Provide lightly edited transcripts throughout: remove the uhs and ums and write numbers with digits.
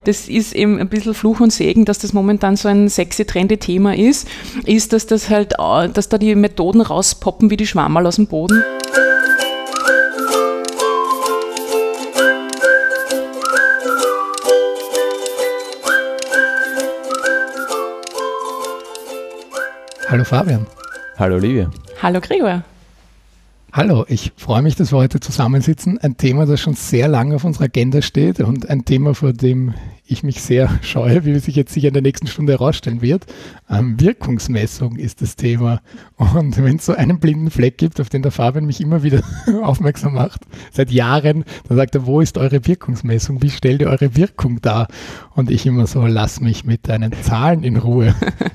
Das ist eben ein bisschen Fluch und Segen, dass das momentan so ein sexy, trendy Thema ist, dass das halt, dass da die Methoden rauspoppen wie die Schwammerl aus dem Boden. Hallo Fabian. Hallo Olivia. Hallo Gregor. Hallo, ich freue mich, dass wir heute zusammensitzen. Ein Thema, das schon sehr lange auf unserer Agenda steht und ein Thema, vor dem ich mich sehr scheue, wie sich jetzt sicher in der nächsten Stunde herausstellen wird. Wirkungsmessung ist das Thema. Und wenn es so einen blinden Fleck gibt, auf den der Fabian mich immer wieder aufmerksam macht, seit Jahren, dann sagt er, wo ist eure Wirkungsmessung? Wie stellt ihr eure Wirkung dar? Und ich immer so, lass mich mit deinen Zahlen in Ruhe.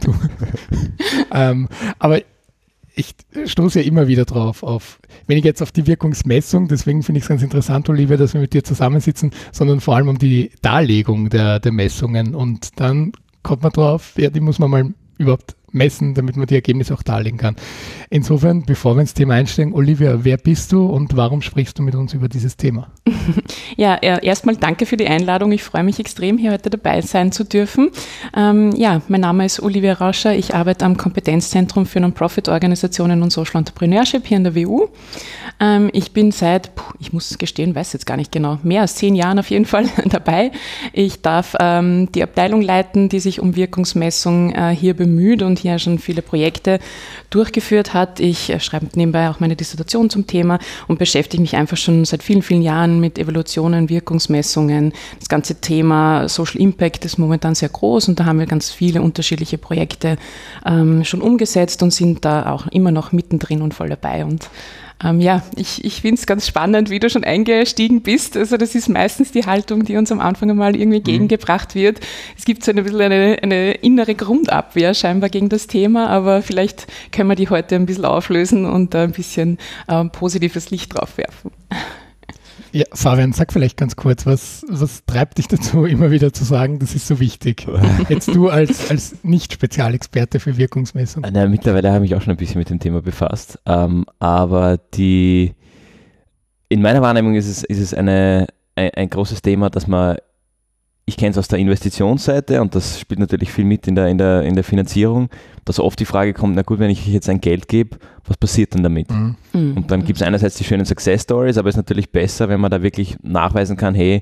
Aber ich stoße ja immer wieder drauf, weniger jetzt auf die Wirkungsmessung, deswegen finde ich es ganz interessant, Olivia, dass wir mit dir zusammensitzen, sondern vor allem um die Darlegung der Messungen. Und dann kommt man drauf, ja, die muss man mal überhaupt messen, damit man die Ergebnisse auch darlegen kann. Insofern, bevor wir ins Thema einsteigen, Olivia, wer bist du und warum sprichst du mit uns über dieses Thema? Ja, erstmal danke für die Einladung. Ich freue mich extrem, hier heute dabei sein zu dürfen. Mein Name ist Olivia Rauscher. Ich arbeite am Kompetenzzentrum für Non-Profit-Organisationen und Social Entrepreneurship hier an der WU. Ich bin seit, ich muss gestehen, weiß jetzt gar nicht genau, mehr als 10 Jahren auf jeden Fall dabei. Ich darf die Abteilung leiten, die sich um Wirkungsmessung hier bemüht und hier schon viele Projekte durchgeführt hat. Ich schreibe nebenbei auch meine Dissertation zum Thema und beschäftige mich einfach schon seit vielen, vielen Jahren mit Evaluationen, Wirkungsmessungen. Das ganze Thema Social Impact ist momentan sehr groß und da haben wir ganz viele unterschiedliche Projekte schon umgesetzt und sind da auch immer noch mittendrin und voll dabei. Und ich finde es ganz spannend, wie du schon eingestiegen bist. Also das ist meistens die Haltung, die uns am Anfang einmal irgendwie gegengebracht wird. Es gibt so ein bisschen eine innere Grundabwehr scheinbar gegen das Thema, aber vielleicht können wir die heute ein bisschen auflösen und ein bisschen positives Licht drauf werfen. Ja, Fabian, sag vielleicht ganz kurz, was treibt dich dazu, immer wieder zu sagen, das ist so wichtig? Jetzt du als Nicht-Spezialexperte für Wirkungsmessung. Mittlerweile habe ich mich auch schon ein bisschen mit dem Thema befasst, aber in meiner Wahrnehmung ist es ein großes Thema, dass ich kenne es aus der Investitionsseite und das spielt natürlich viel mit in der Finanzierung, dass oft die Frage kommt, na gut, wenn ich jetzt ein Geld gebe, was passiert denn damit? Und dann gibt es einerseits die schönen Success Stories, aber es ist natürlich besser, wenn man da wirklich nachweisen kann, hey,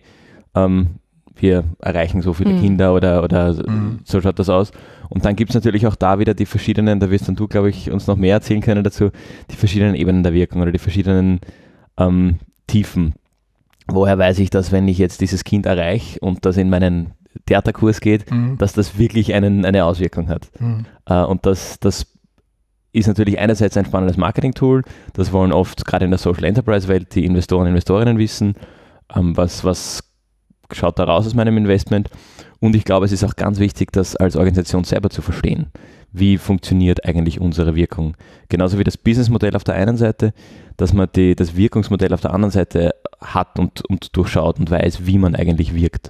wir erreichen so viele Kinder oder so schaut das aus. Und dann gibt es natürlich auch da wieder die verschiedenen, da wirst dann du, glaube ich, uns noch mehr erzählen können dazu, die verschiedenen Ebenen der Wirkung oder die verschiedenen Tiefen. Woher weiß ich, dass wenn ich jetzt dieses Kind erreiche und das in meinen Theaterkurs geht, dass das wirklich eine Auswirkung hat. Und das ist natürlich einerseits ein spannendes Marketing-Tool, das wollen oft gerade in der Social Enterprise-Welt die Investoren und Investorinnen wissen, was schaut da raus aus meinem Investment. Und ich glaube, es ist auch ganz wichtig, das als Organisation selber zu verstehen. Wie funktioniert eigentlich unsere Wirkung? Genauso wie das Businessmodell auf der einen Seite, dass man das Wirkungsmodell auf der anderen Seite hat und durchschaut und weiß, wie man eigentlich wirkt.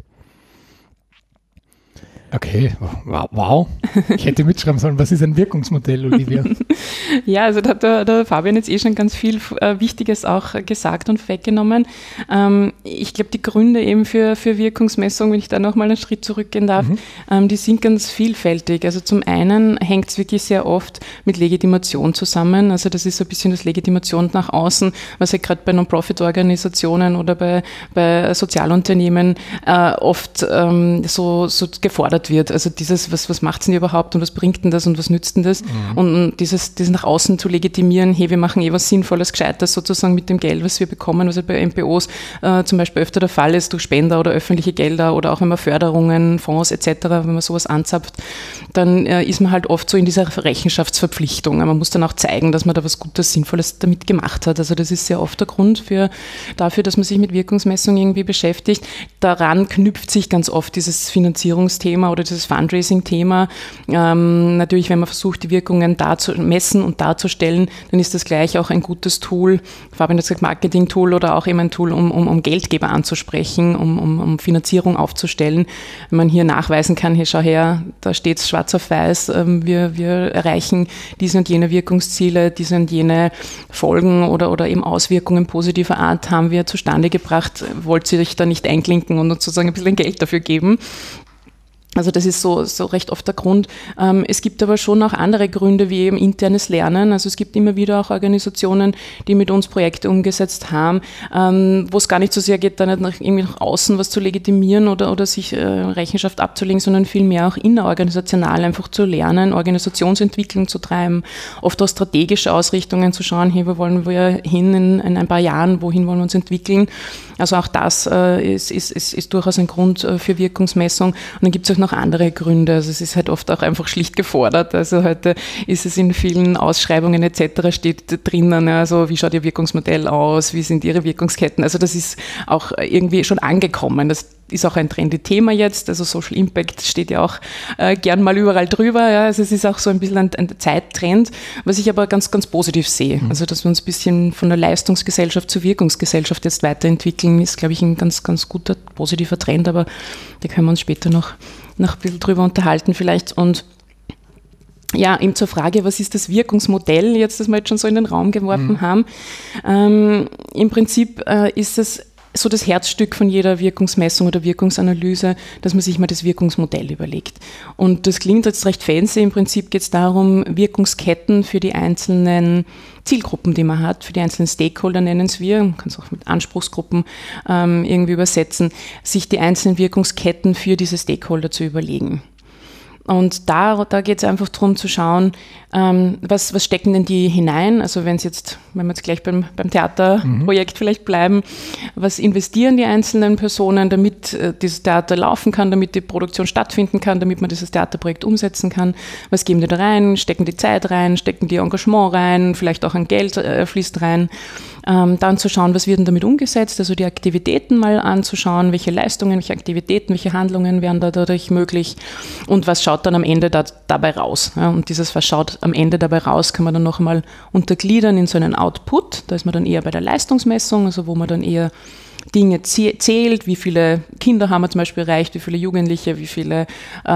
Okay, wow. Ich hätte mitschreiben sollen, was ist ein Wirkungsmodell, Olivia? Ja, also da hat der Fabian jetzt schon ganz viel Wichtiges auch gesagt und weggenommen. Ich glaube, die Gründe eben für Wirkungsmessung, wenn ich da nochmal einen Schritt zurückgehen darf, die sind ganz vielfältig. Also zum einen hängt es wirklich sehr oft mit Legitimation zusammen. Also das ist so ein bisschen das Legitimation nach außen, was ja gerade bei Non-Profit-Organisationen oder bei Sozialunternehmen oft so gefordert wird. Also dieses, was macht es denn überhaupt und was bringt denn das und was nützt denn das? Und dieses nach außen zu legitimieren, hey, wir machen was Sinnvolles, Gescheites sozusagen mit dem Geld, was wir bekommen, was ja bei NPOs zum Beispiel öfter der Fall ist, durch Spender oder öffentliche Gelder oder auch wenn man Förderungen, Fonds etc., wenn man sowas anzapft, dann ist man halt oft so in dieser Rechenschaftsverpflichtung. Man muss dann auch zeigen, dass man da was Gutes, Sinnvolles damit gemacht hat. Also das ist sehr oft der Grund dafür, dass man sich mit Wirkungsmessung irgendwie beschäftigt. Daran knüpft sich ganz oft dieses Finanzierungsthema oder dieses Fundraising-Thema. Natürlich, wenn man versucht, die Wirkungen messen und darzustellen, dann ist das gleich auch ein gutes Tool, Fabian hat gesagt, Marketing-Tool oder auch eben ein Tool, um Geldgeber anzusprechen, um Finanzierung aufzustellen. Wenn man hier nachweisen kann, hey, schau her, da steht es schwarz auf weiß, wir erreichen diese und jene Wirkungsziele, diese und jene Folgen oder eben Auswirkungen positiver Art haben wir zustande gebracht, wollt ihr euch da nicht einklinken und sozusagen ein bisschen Geld dafür geben. Also das ist so recht oft der Grund. Es gibt aber schon auch andere Gründe, wie eben internes Lernen. Also es gibt immer wieder auch Organisationen, die mit uns Projekte umgesetzt haben, wo es gar nicht so sehr geht, da nicht irgendwie nach außen was zu legitimieren oder sich Rechenschaft abzulegen, sondern vielmehr auch innerorganisational einfach zu lernen, Organisationsentwicklung zu treiben, oft auch strategische Ausrichtungen zu schauen, hey, wo wollen wir hin in ein paar Jahren, wohin wollen wir uns entwickeln. Also auch das ist durchaus ein Grund für Wirkungsmessung. Und dann gibt es auch noch andere Gründe. Also es ist halt oft auch einfach schlicht gefordert. Also heute ist es in vielen Ausschreibungen etc. steht drinnen, also wie schaut Ihr Wirkungsmodell aus, wie sind Ihre Wirkungsketten. Also das ist auch irgendwie schon angekommen. Das ist auch ein trendy Thema jetzt. Also Social Impact steht ja auch gern mal überall drüber. Ja. Also es ist auch so ein bisschen ein Zeittrend, was ich aber ganz, ganz positiv sehe. Also dass wir uns ein bisschen von der Leistungsgesellschaft zur Wirkungsgesellschaft jetzt weiterentwickeln, ist, glaube ich, ein ganz, ganz guter, positiver Trend. Aber da können wir uns später noch ein bisschen drüber unterhalten vielleicht. Und ja, eben zur Frage, was ist das Wirkungsmodell, jetzt, das wir jetzt schon so in den Raum geworfen haben. Im Prinzip ist es so das Herzstück von jeder Wirkungsmessung oder Wirkungsanalyse, dass man sich mal das Wirkungsmodell überlegt. Und das klingt jetzt recht fancy. Im Prinzip geht es darum, Wirkungsketten für die einzelnen Zielgruppen, die man hat, für die einzelnen Stakeholder nennen es wir, man kann es auch mit Anspruchsgruppen irgendwie übersetzen, sich die einzelnen Wirkungsketten für diese Stakeholder zu überlegen. Und da geht es einfach darum zu schauen, was stecken denn die hinein? Also wenn wir jetzt gleich beim Theaterprojekt vielleicht bleiben, was investieren die einzelnen Personen, damit dieses Theater laufen kann, damit die Produktion stattfinden kann, damit man dieses Theaterprojekt umsetzen kann? Was geben die da rein? Stecken die Zeit rein? Stecken die Engagement rein? Vielleicht auch ein Geld fließt rein? Dann zu schauen, was wird denn damit umgesetzt, also die Aktivitäten mal anzuschauen, welche Leistungen, welche Aktivitäten, welche Handlungen werden da dadurch möglich und was schaut dann am Ende dabei raus. Ja, und dieses, was schaut am Ende dabei raus, kann man dann noch einmal untergliedern in so einen Output. Da ist man dann eher bei der Leistungsmessung, also wo man dann eher Dinge zählt, wie viele Kinder haben wir zum Beispiel erreicht, wie viele Jugendliche, wie viele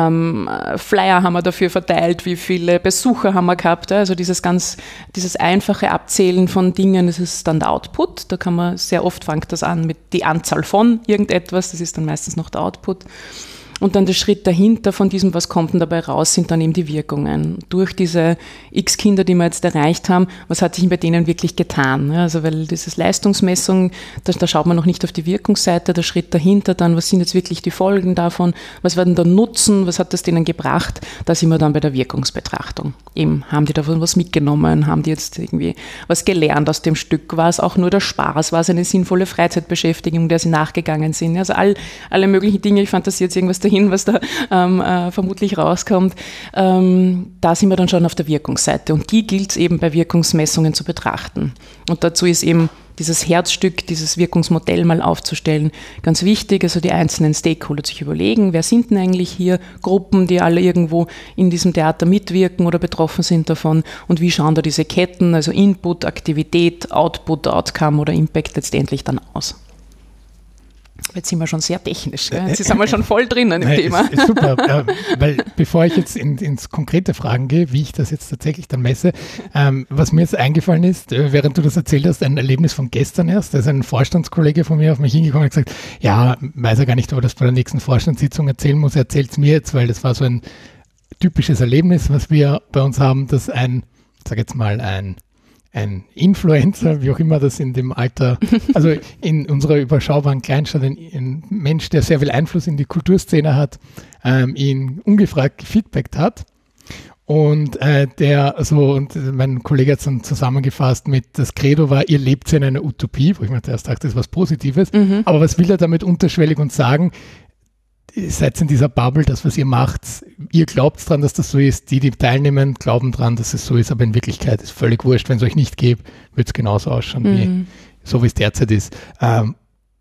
Flyer haben wir dafür verteilt, wie viele Besucher haben wir gehabt. Also dieses einfache Abzählen von Dingen, das ist dann der Output. Da kann man sehr oft, fängt das an mit die Anzahl von irgendetwas, das ist dann meistens noch der Output. Und dann der Schritt dahinter von diesem, was kommt denn dabei raus, sind dann eben die Wirkungen. Durch diese x Kinder, die wir jetzt erreicht haben, was hat sich bei denen wirklich getan? Ja, also weil dieses Leistungsmessung, da schaut man noch nicht auf die Wirkungsseite, der Schritt dahinter dann, was sind jetzt wirklich die Folgen davon, was werden da Nutzen, was hat das denen gebracht? Da sind wir dann bei der Wirkungsbetrachtung. Eben, haben die davon was mitgenommen, haben die jetzt irgendwie was gelernt aus dem Stück, war es auch nur der Spaß, war es eine sinnvolle Freizeitbeschäftigung, der sie nachgegangen sind? Also alle möglichen Dinge, ich fantasiere jetzt irgendwas dahin, was da vermutlich rauskommt. Da sind wir dann schon auf der Wirkungsseite und die gilt es eben bei Wirkungsmessungen zu betrachten. Und dazu ist eben dieses Herzstück, dieses Wirkungsmodell mal aufzustellen, ganz wichtig, also die einzelnen Stakeholder sich überlegen, wer sind denn eigentlich hier Gruppen, die alle irgendwo in diesem Theater mitwirken oder betroffen sind davon und wie schauen da diese Ketten, also Input, Aktivität, Output, Outcome oder Impact letztendlich dann aus. Jetzt sind wir schon sehr technisch. Jetzt sind wir schon voll drinnen im Thema. Ist super, weil bevor ich jetzt ins konkrete Fragen gehe, wie ich das jetzt tatsächlich dann messe, was mir jetzt eingefallen ist, während du das erzählt hast, ein Erlebnis von gestern erst, da ist ein Vorstandskollege von mir auf mich hingekommen und gesagt, ja, weiß er gar nicht, ob er das bei der nächsten Vorstandssitzung erzählen muss, er erzählt es mir jetzt, weil das war so ein typisches Erlebnis, was wir bei uns haben, dass ein Influencer, wie auch immer das in dem Alter, also in unserer überschaubaren Kleinstadt, ein Mensch, der sehr viel Einfluss in die Kulturszene hat, ihn ungefragt gefeedbackt hat. Und und mein Kollege hat es dann zusammengefasst mit, das Credo war, ihr lebt in einer Utopie, wo ich mir erst dachte, das ist was Positives. Aber was will er damit unterschwellig und sagen? Seid in dieser Bubble, das, was ihr macht, ihr glaubt dran, dass das so ist, die teilnehmen, glauben dran, dass es so ist, aber in Wirklichkeit ist völlig wurscht, wenn es euch nicht gibt, wird es genauso ausschauen, wie es derzeit ist.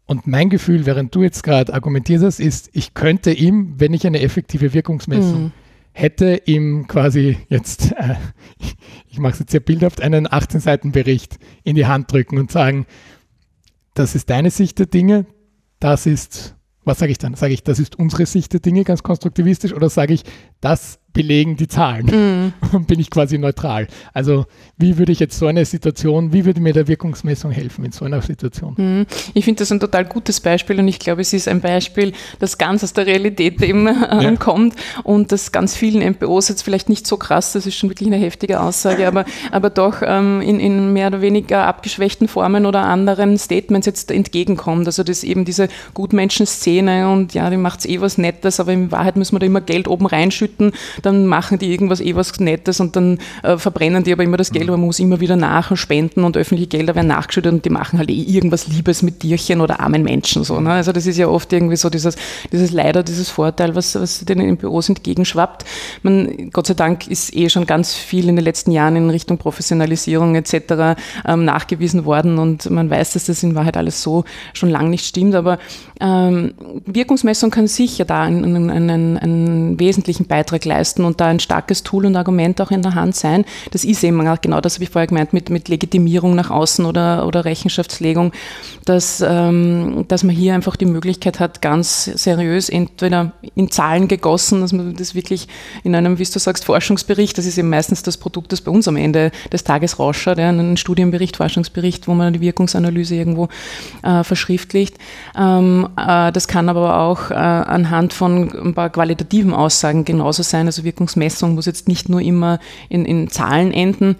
Und mein Gefühl, während du jetzt gerade argumentiert hast, ist, ich könnte ihm, wenn ich eine effektive Wirkungsmessung hätte, ihm quasi jetzt, ich mache es jetzt sehr bildhaft, einen 18-Seiten-Bericht in die Hand drücken und sagen, das ist deine Sicht der Dinge, das ist, was sage ich dann? Sage ich, das ist unsere Sicht der Dinge, ganz konstruktivistisch, oder sage ich, das belegen die Zahlen? Und bin ich quasi neutral? Also wie würde ich jetzt so eine Situation, wie würde mir der Wirkungsmessung helfen in so einer Situation? Ich finde das ein total gutes Beispiel und ich glaube, es ist ein Beispiel, das ganz aus der Realität eben kommt und das ganz vielen MPOs jetzt vielleicht nicht so krass, das ist schon wirklich eine heftige Aussage, aber doch in mehr oder weniger abgeschwächten Formen oder anderen Statements jetzt entgegenkommt. Also das eben diese Gutmenschenszene und ja, die macht was Nettes, aber in Wahrheit müssen wir da immer Geld oben reinschütten, dann machen die irgendwas was Nettes und dann verbrennen die aber immer das Geld, aber man muss immer wieder spenden und öffentliche Gelder werden nachgeschüttet und die machen halt irgendwas Liebes mit Tierchen oder armen Menschen. So, ne? Also das ist ja oft irgendwie so dieses Vorteil, was den NPOs entgegenschwappt. Gott sei Dank ist schon ganz viel in den letzten Jahren in Richtung Professionalisierung etc. Nachgewiesen worden und man weiß, dass das in Wahrheit alles so schon lange nicht stimmt, aber Wirkungsmessung kann sicher da einen wesentlichen Beitrag leisten und da ein starkes Tool und Argument auch in der Hand sein. Das ist eben genau das, habe ich vorher gemeint, mit Legitimierung nach außen oder Rechenschaftslegung, dass man hier einfach die Möglichkeit hat, ganz seriös entweder in Zahlen gegossen, dass man das wirklich in einem, wie du sagst, Forschungsbericht, das ist eben meistens das Produkt, das bei uns am Ende des Tages rausschaut, einen Studienbericht, Forschungsbericht, wo man die Wirkungsanalyse irgendwo verschriftlicht. Das kann aber auch anhand von ein paar qualitativen Aussagen genauso sein. Also Wirkungsmessung muss jetzt nicht nur immer in Zahlen enden,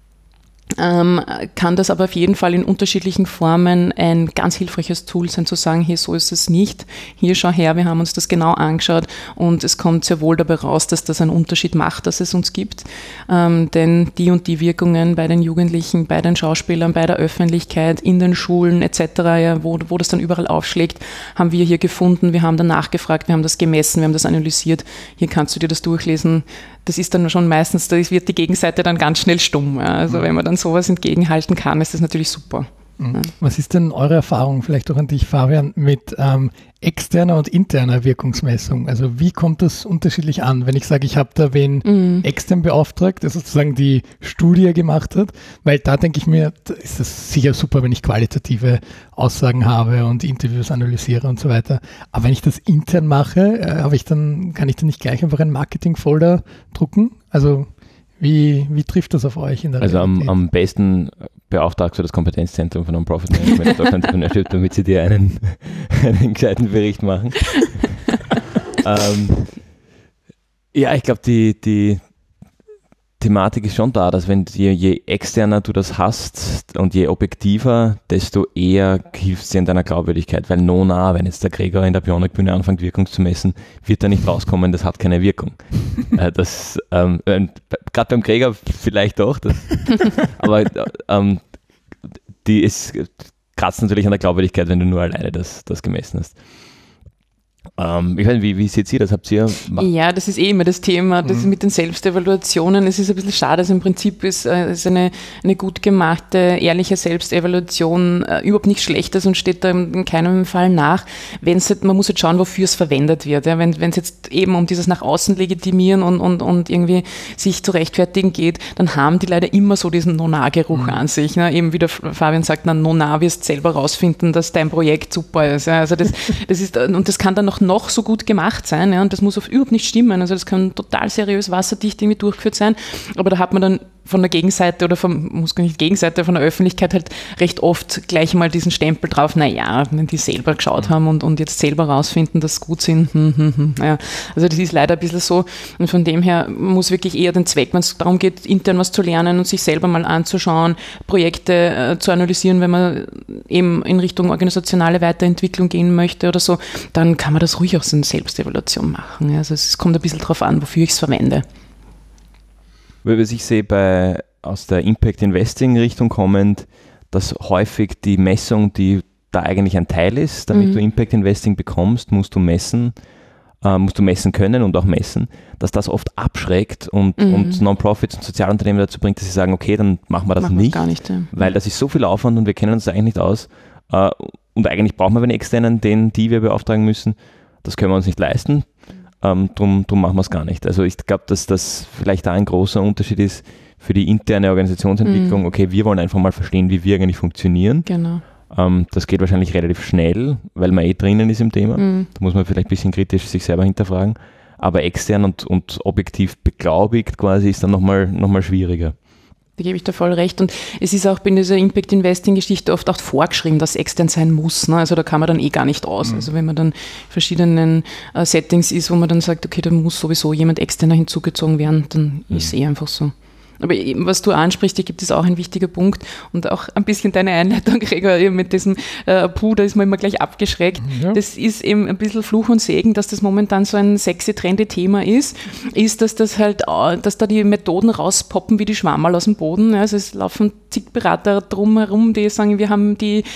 kann das aber auf jeden Fall in unterschiedlichen Formen ein ganz hilfreiches Tool sein, zu sagen, hey, so ist es nicht. Hier, schau her, wir haben uns das genau angeschaut und es kommt sehr wohl dabei raus, dass das einen Unterschied macht, dass es uns gibt. Denn die und die Wirkungen bei den Jugendlichen, bei den Schauspielern, bei der Öffentlichkeit, in den Schulen etc., ja, wo das dann überall aufschlägt, haben wir hier gefunden, wir haben dann nachgefragt, wir haben das gemessen, wir haben das analysiert. Hier kannst du dir das durchlesen. Das ist dann schon meistens, da wird die Gegenseite dann ganz schnell stumm. Ja. Also wenn man dann sowas entgegenhalten kann, ist das natürlich super. Was ist denn eure Erfahrung, vielleicht auch an dich, Fabian, mit externer und interner Wirkungsmessung? Also wie kommt das unterschiedlich an? Wenn ich sage, ich habe da wen extern beauftragt, der sozusagen die Studie gemacht hat, weil da denke ich mir, da ist das sicher super, wenn ich qualitative Aussagen habe und Interviews analysiere und so weiter. Aber wenn ich das intern mache, kann ich dann nicht gleich einfach einen Marketing-Folder drucken? Also wie trifft das auf euch in der Realität? Also am besten beauftragst du das Kompetenzzentrum von Non-Profit Management Dr. Entrepreneurship, damit sie dir einen gescheiten Bericht machen. Ja, ich glaube, die Thematik ist schon da, dass je externer du das hast und je objektiver, desto eher hilft es dir in deiner Glaubwürdigkeit, weil wenn jetzt der Gregor in der Bionik-Bühne anfängt, Wirkung zu messen, wird er nicht rauskommen, das hat keine Wirkung. Gerade beim Gregor vielleicht doch, aber es kratzt natürlich an der Glaubwürdigkeit, wenn du nur alleine das gemessen hast. Ich weiß nicht, wie seht ihr das? Habt ihr? Ja, das ist immer das Thema, das mit den Selbstevaluationen. Es ist ein bisschen schade, also im Prinzip ist eine gut gemachte, ehrliche Selbstevaluation überhaupt nichts Schlechtes und steht da in keinem Fall nach. Man muss jetzt schauen, wofür es verwendet wird. Ja, wenn es jetzt eben um dieses nach außen legitimieren und irgendwie sich zu rechtfertigen geht, dann haben die leider immer so diesen Nona-Geruch an sich. Ne? Eben wie der Fabian sagt, Nona, wirst selber rausfinden, dass dein Projekt super ist. Ja? Also das ist, und das kann dann noch so gut gemacht sein, ja, und das muss überhaupt nicht stimmen, also das kann total seriös wasserdicht irgendwie durchgeführt sein, aber da hat man dann von der Gegenseite oder von der Öffentlichkeit halt recht oft gleich mal diesen Stempel drauf, naja, wenn die selber geschaut haben und jetzt selber rausfinden, dass sie gut sind, ja, also das ist leider ein bisschen so und von dem her muss wirklich eher den Zweck, wenn es darum geht, intern was zu lernen und sich selber mal anzuschauen, Projekte zu analysieren, wenn man eben in Richtung organisationale Weiterentwicklung gehen möchte oder so, dann kann man das ruhig auch so eine Selbstevaluation machen. Ja. Also es kommt ein bisschen drauf an, wofür ich es verwende. Was ich sehe aus der Impact Investing Richtung kommend, dass häufig die Messung, die da eigentlich ein Teil ist, damit du Impact Investing bekommst, musst du messen können und auch messen, dass das oft abschreckt und Non-Profits und Sozialunternehmen dazu bringt, dass sie sagen, okay, dann machen wir das nicht, gar nicht, ja. Weil das ist so viel Aufwand und wir kennen uns da eigentlich nicht aus. und eigentlich brauchen wir einen externen, die wir beauftragen müssen. Das können wir uns nicht leisten. Drum machen wir es gar nicht. Also ich glaube, dass das vielleicht da ein großer Unterschied ist für die interne Organisationsentwicklung. Okay, wir wollen einfach mal verstehen, wie wir eigentlich funktionieren. Genau. Das geht wahrscheinlich relativ schnell, weil man drinnen ist im Thema. Da muss man vielleicht ein bisschen kritisch sich selber hinterfragen. Aber extern und objektiv beglaubigt quasi ist dann nochmal schwieriger. Da gebe ich dir voll recht. Und es ist auch bei dieser Impact-Investing-Geschichte oft auch vorgeschrieben, dass extern sein muss. Ne? Also da kann man dann gar nicht aus. Also wenn man dann in verschiedenen Settings ist, wo man dann sagt, okay, da muss sowieso jemand externer hinzugezogen werden, dann ist es einfach so. Aber was du ansprichst, hier gibt es auch ein wichtiger Punkt und auch ein bisschen deine Einleitung, Gregor, mit diesem da ist man immer gleich abgeschreckt. Ja. Das ist eben ein bisschen Fluch und Segen, dass das momentan so ein sexy, trendy Thema ist, dass dass da die Methoden rauspoppen wie die Schwammerl aus dem Boden. Also es laufen zig Berater drumherum, die sagen, wir haben die, ich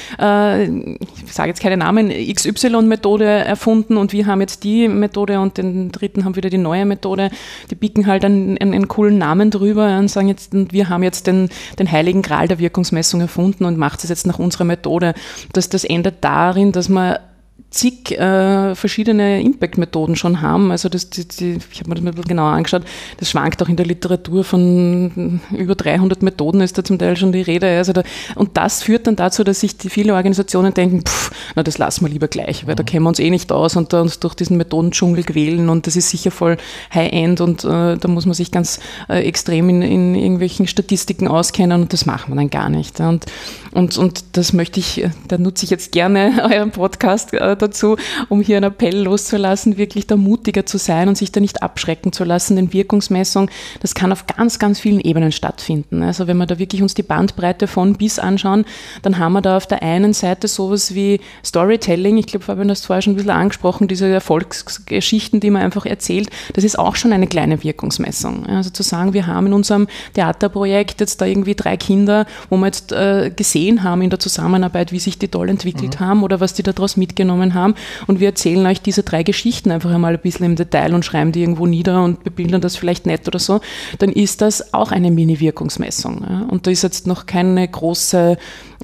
sage jetzt keine Namen, XY-Methode erfunden und wir haben jetzt die Methode und den dritten haben wieder die neue Methode. Die bieten halt einen coolen Namen drüber und sagen jetzt, wir haben jetzt den heiligen Gral der Wirkungsmessung erfunden und macht es jetzt nach unserer Methode. Das endet darin, dass man zig verschiedene Impact-Methoden schon haben. Also ich habe mir das mal ein bisschen genauer angeschaut, das schwankt auch in der Literatur von über 300 Methoden ist da zum Teil schon die Rede. Also und das führt dann dazu, dass sich viele Organisationen denken, das lassen wir lieber gleich, weil da kennen wir uns nicht aus und da uns durch diesen Methodendschungel quälen und das ist sicher voll High-End und da muss man sich ganz extrem in irgendwelchen Statistiken auskennen und das machen wir dann gar nicht. Und das da nutze ich jetzt gerne euren Podcast dazu, um hier einen Appell loszulassen, wirklich da mutiger zu sein und sich da nicht abschrecken zu lassen, denn Wirkungsmessung, das kann auf ganz, ganz vielen Ebenen stattfinden. Also wenn wir da wirklich uns die Bandbreite von bis anschauen, dann haben wir da auf der einen Seite sowas wie Storytelling, ich glaube, Fabian, das vorher schon ein bisschen angesprochen, diese Erfolgsgeschichten, die man einfach erzählt, das ist auch schon eine kleine Wirkungsmessung. Also zu sagen, wir haben in unserem Theaterprojekt jetzt da irgendwie 3 Kinder, wo wir jetzt gesehen haben in der Zusammenarbeit, wie sich die toll entwickelt haben oder was die daraus mitgenommen haben und wir erzählen euch diese 3 Geschichten einfach einmal ein bisschen im Detail und schreiben die irgendwo nieder und bebildern das vielleicht nett oder so, dann ist das auch eine Mini-Wirkungsmessung. Ja? Und da ist jetzt noch keine große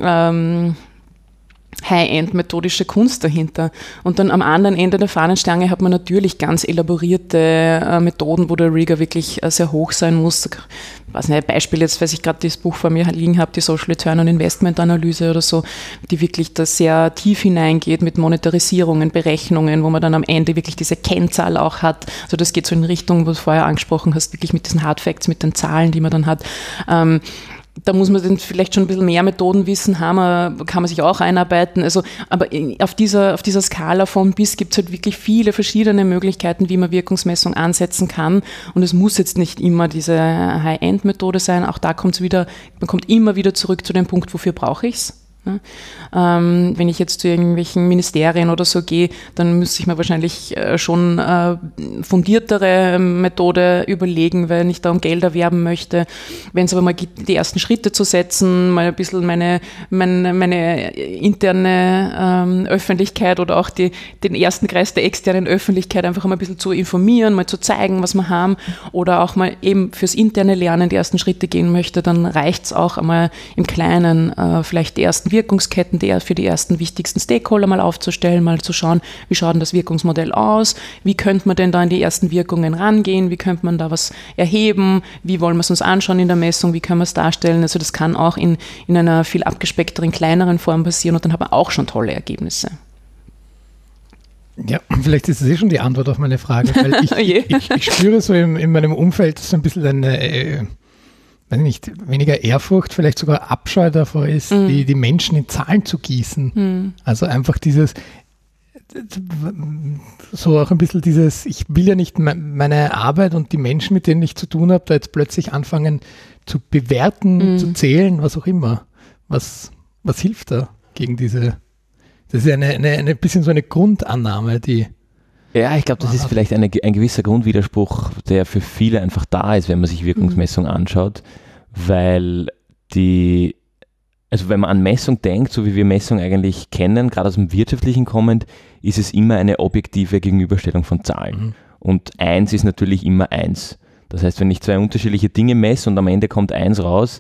High-End-methodische Kunst dahinter. Und dann am anderen Ende der Fahnenstange hat man natürlich ganz elaborierte Methoden, wo der Rigor wirklich sehr hoch sein muss. Was ein Beispiel jetzt, weil ich gerade das Buch vor mir liegen habe, die Social Return on Investment Analyse oder so, die wirklich da sehr tief hineingeht mit Monetarisierungen, Berechnungen, wo man dann am Ende wirklich diese Kennzahl auch hat. Also das geht so in Richtung, was du vorher angesprochen hast, wirklich mit diesen Hard Facts, mit den Zahlen, die man dann hat. Da muss man dann vielleicht schon ein bisschen mehr Methodenwissen haben, kann man sich auch einarbeiten. Also, aber auf dieser Skala von bis gibt es halt wirklich viele verschiedene Möglichkeiten, wie man Wirkungsmessung ansetzen kann. Und es muss jetzt nicht immer diese High-End-Methode sein. Auch da man kommt immer wieder zurück zu dem Punkt, wofür brauche ich es? Wenn ich jetzt zu irgendwelchen Ministerien oder so gehe, dann müsste ich mir wahrscheinlich schon fundiertere Methode überlegen, weil ich da um Geld erwerben möchte. Wenn es aber mal geht, die ersten Schritte zu setzen, mal ein bisschen meine interne Öffentlichkeit oder auch den ersten Kreis der externen Öffentlichkeit einfach mal ein bisschen zu informieren, mal zu zeigen, was wir haben oder auch mal eben fürs interne Lernen die ersten Schritte gehen möchte, dann reicht es auch einmal im Kleinen vielleicht die ersten Wirkungsketten für die ersten wichtigsten Stakeholder mal aufzustellen, mal zu schauen, wie schaut denn das Wirkungsmodell aus, wie könnte man denn da an die ersten Wirkungen rangehen, wie könnte man da was erheben, wie wollen wir es uns anschauen in der Messung, wie können wir es darstellen, also das kann auch in einer viel abgespeckteren, kleineren Form passieren und dann hat man auch schon tolle Ergebnisse. Ja, vielleicht ist das schon die Antwort auf meine Frage, weil ich spüre so in meinem Umfeld so ein bisschen eine weniger Ehrfurcht, vielleicht sogar Abscheu davor ist, die Menschen in Zahlen zu gießen. Also einfach so auch ein bisschen ich will ja nicht meine Arbeit und die Menschen, mit denen ich zu tun habe, da jetzt plötzlich anfangen zu bewerten, zu zählen, was auch immer. Was hilft da gegen das ist ja eine bisschen so eine Grundannahme, die... Ja, ich glaube, das ist vielleicht ein gewisser Grundwiderspruch, der für viele einfach da ist, wenn man sich Wirkungsmessung anschaut, weil wenn man an Messung denkt, so wie wir Messung eigentlich kennen, gerade aus dem Wirtschaftlichen kommend, ist es immer eine objektive Gegenüberstellung von Zahlen. Und 1 ist natürlich immer 1. Das heißt, wenn ich 2 unterschiedliche Dinge messe und am Ende kommt 1 raus,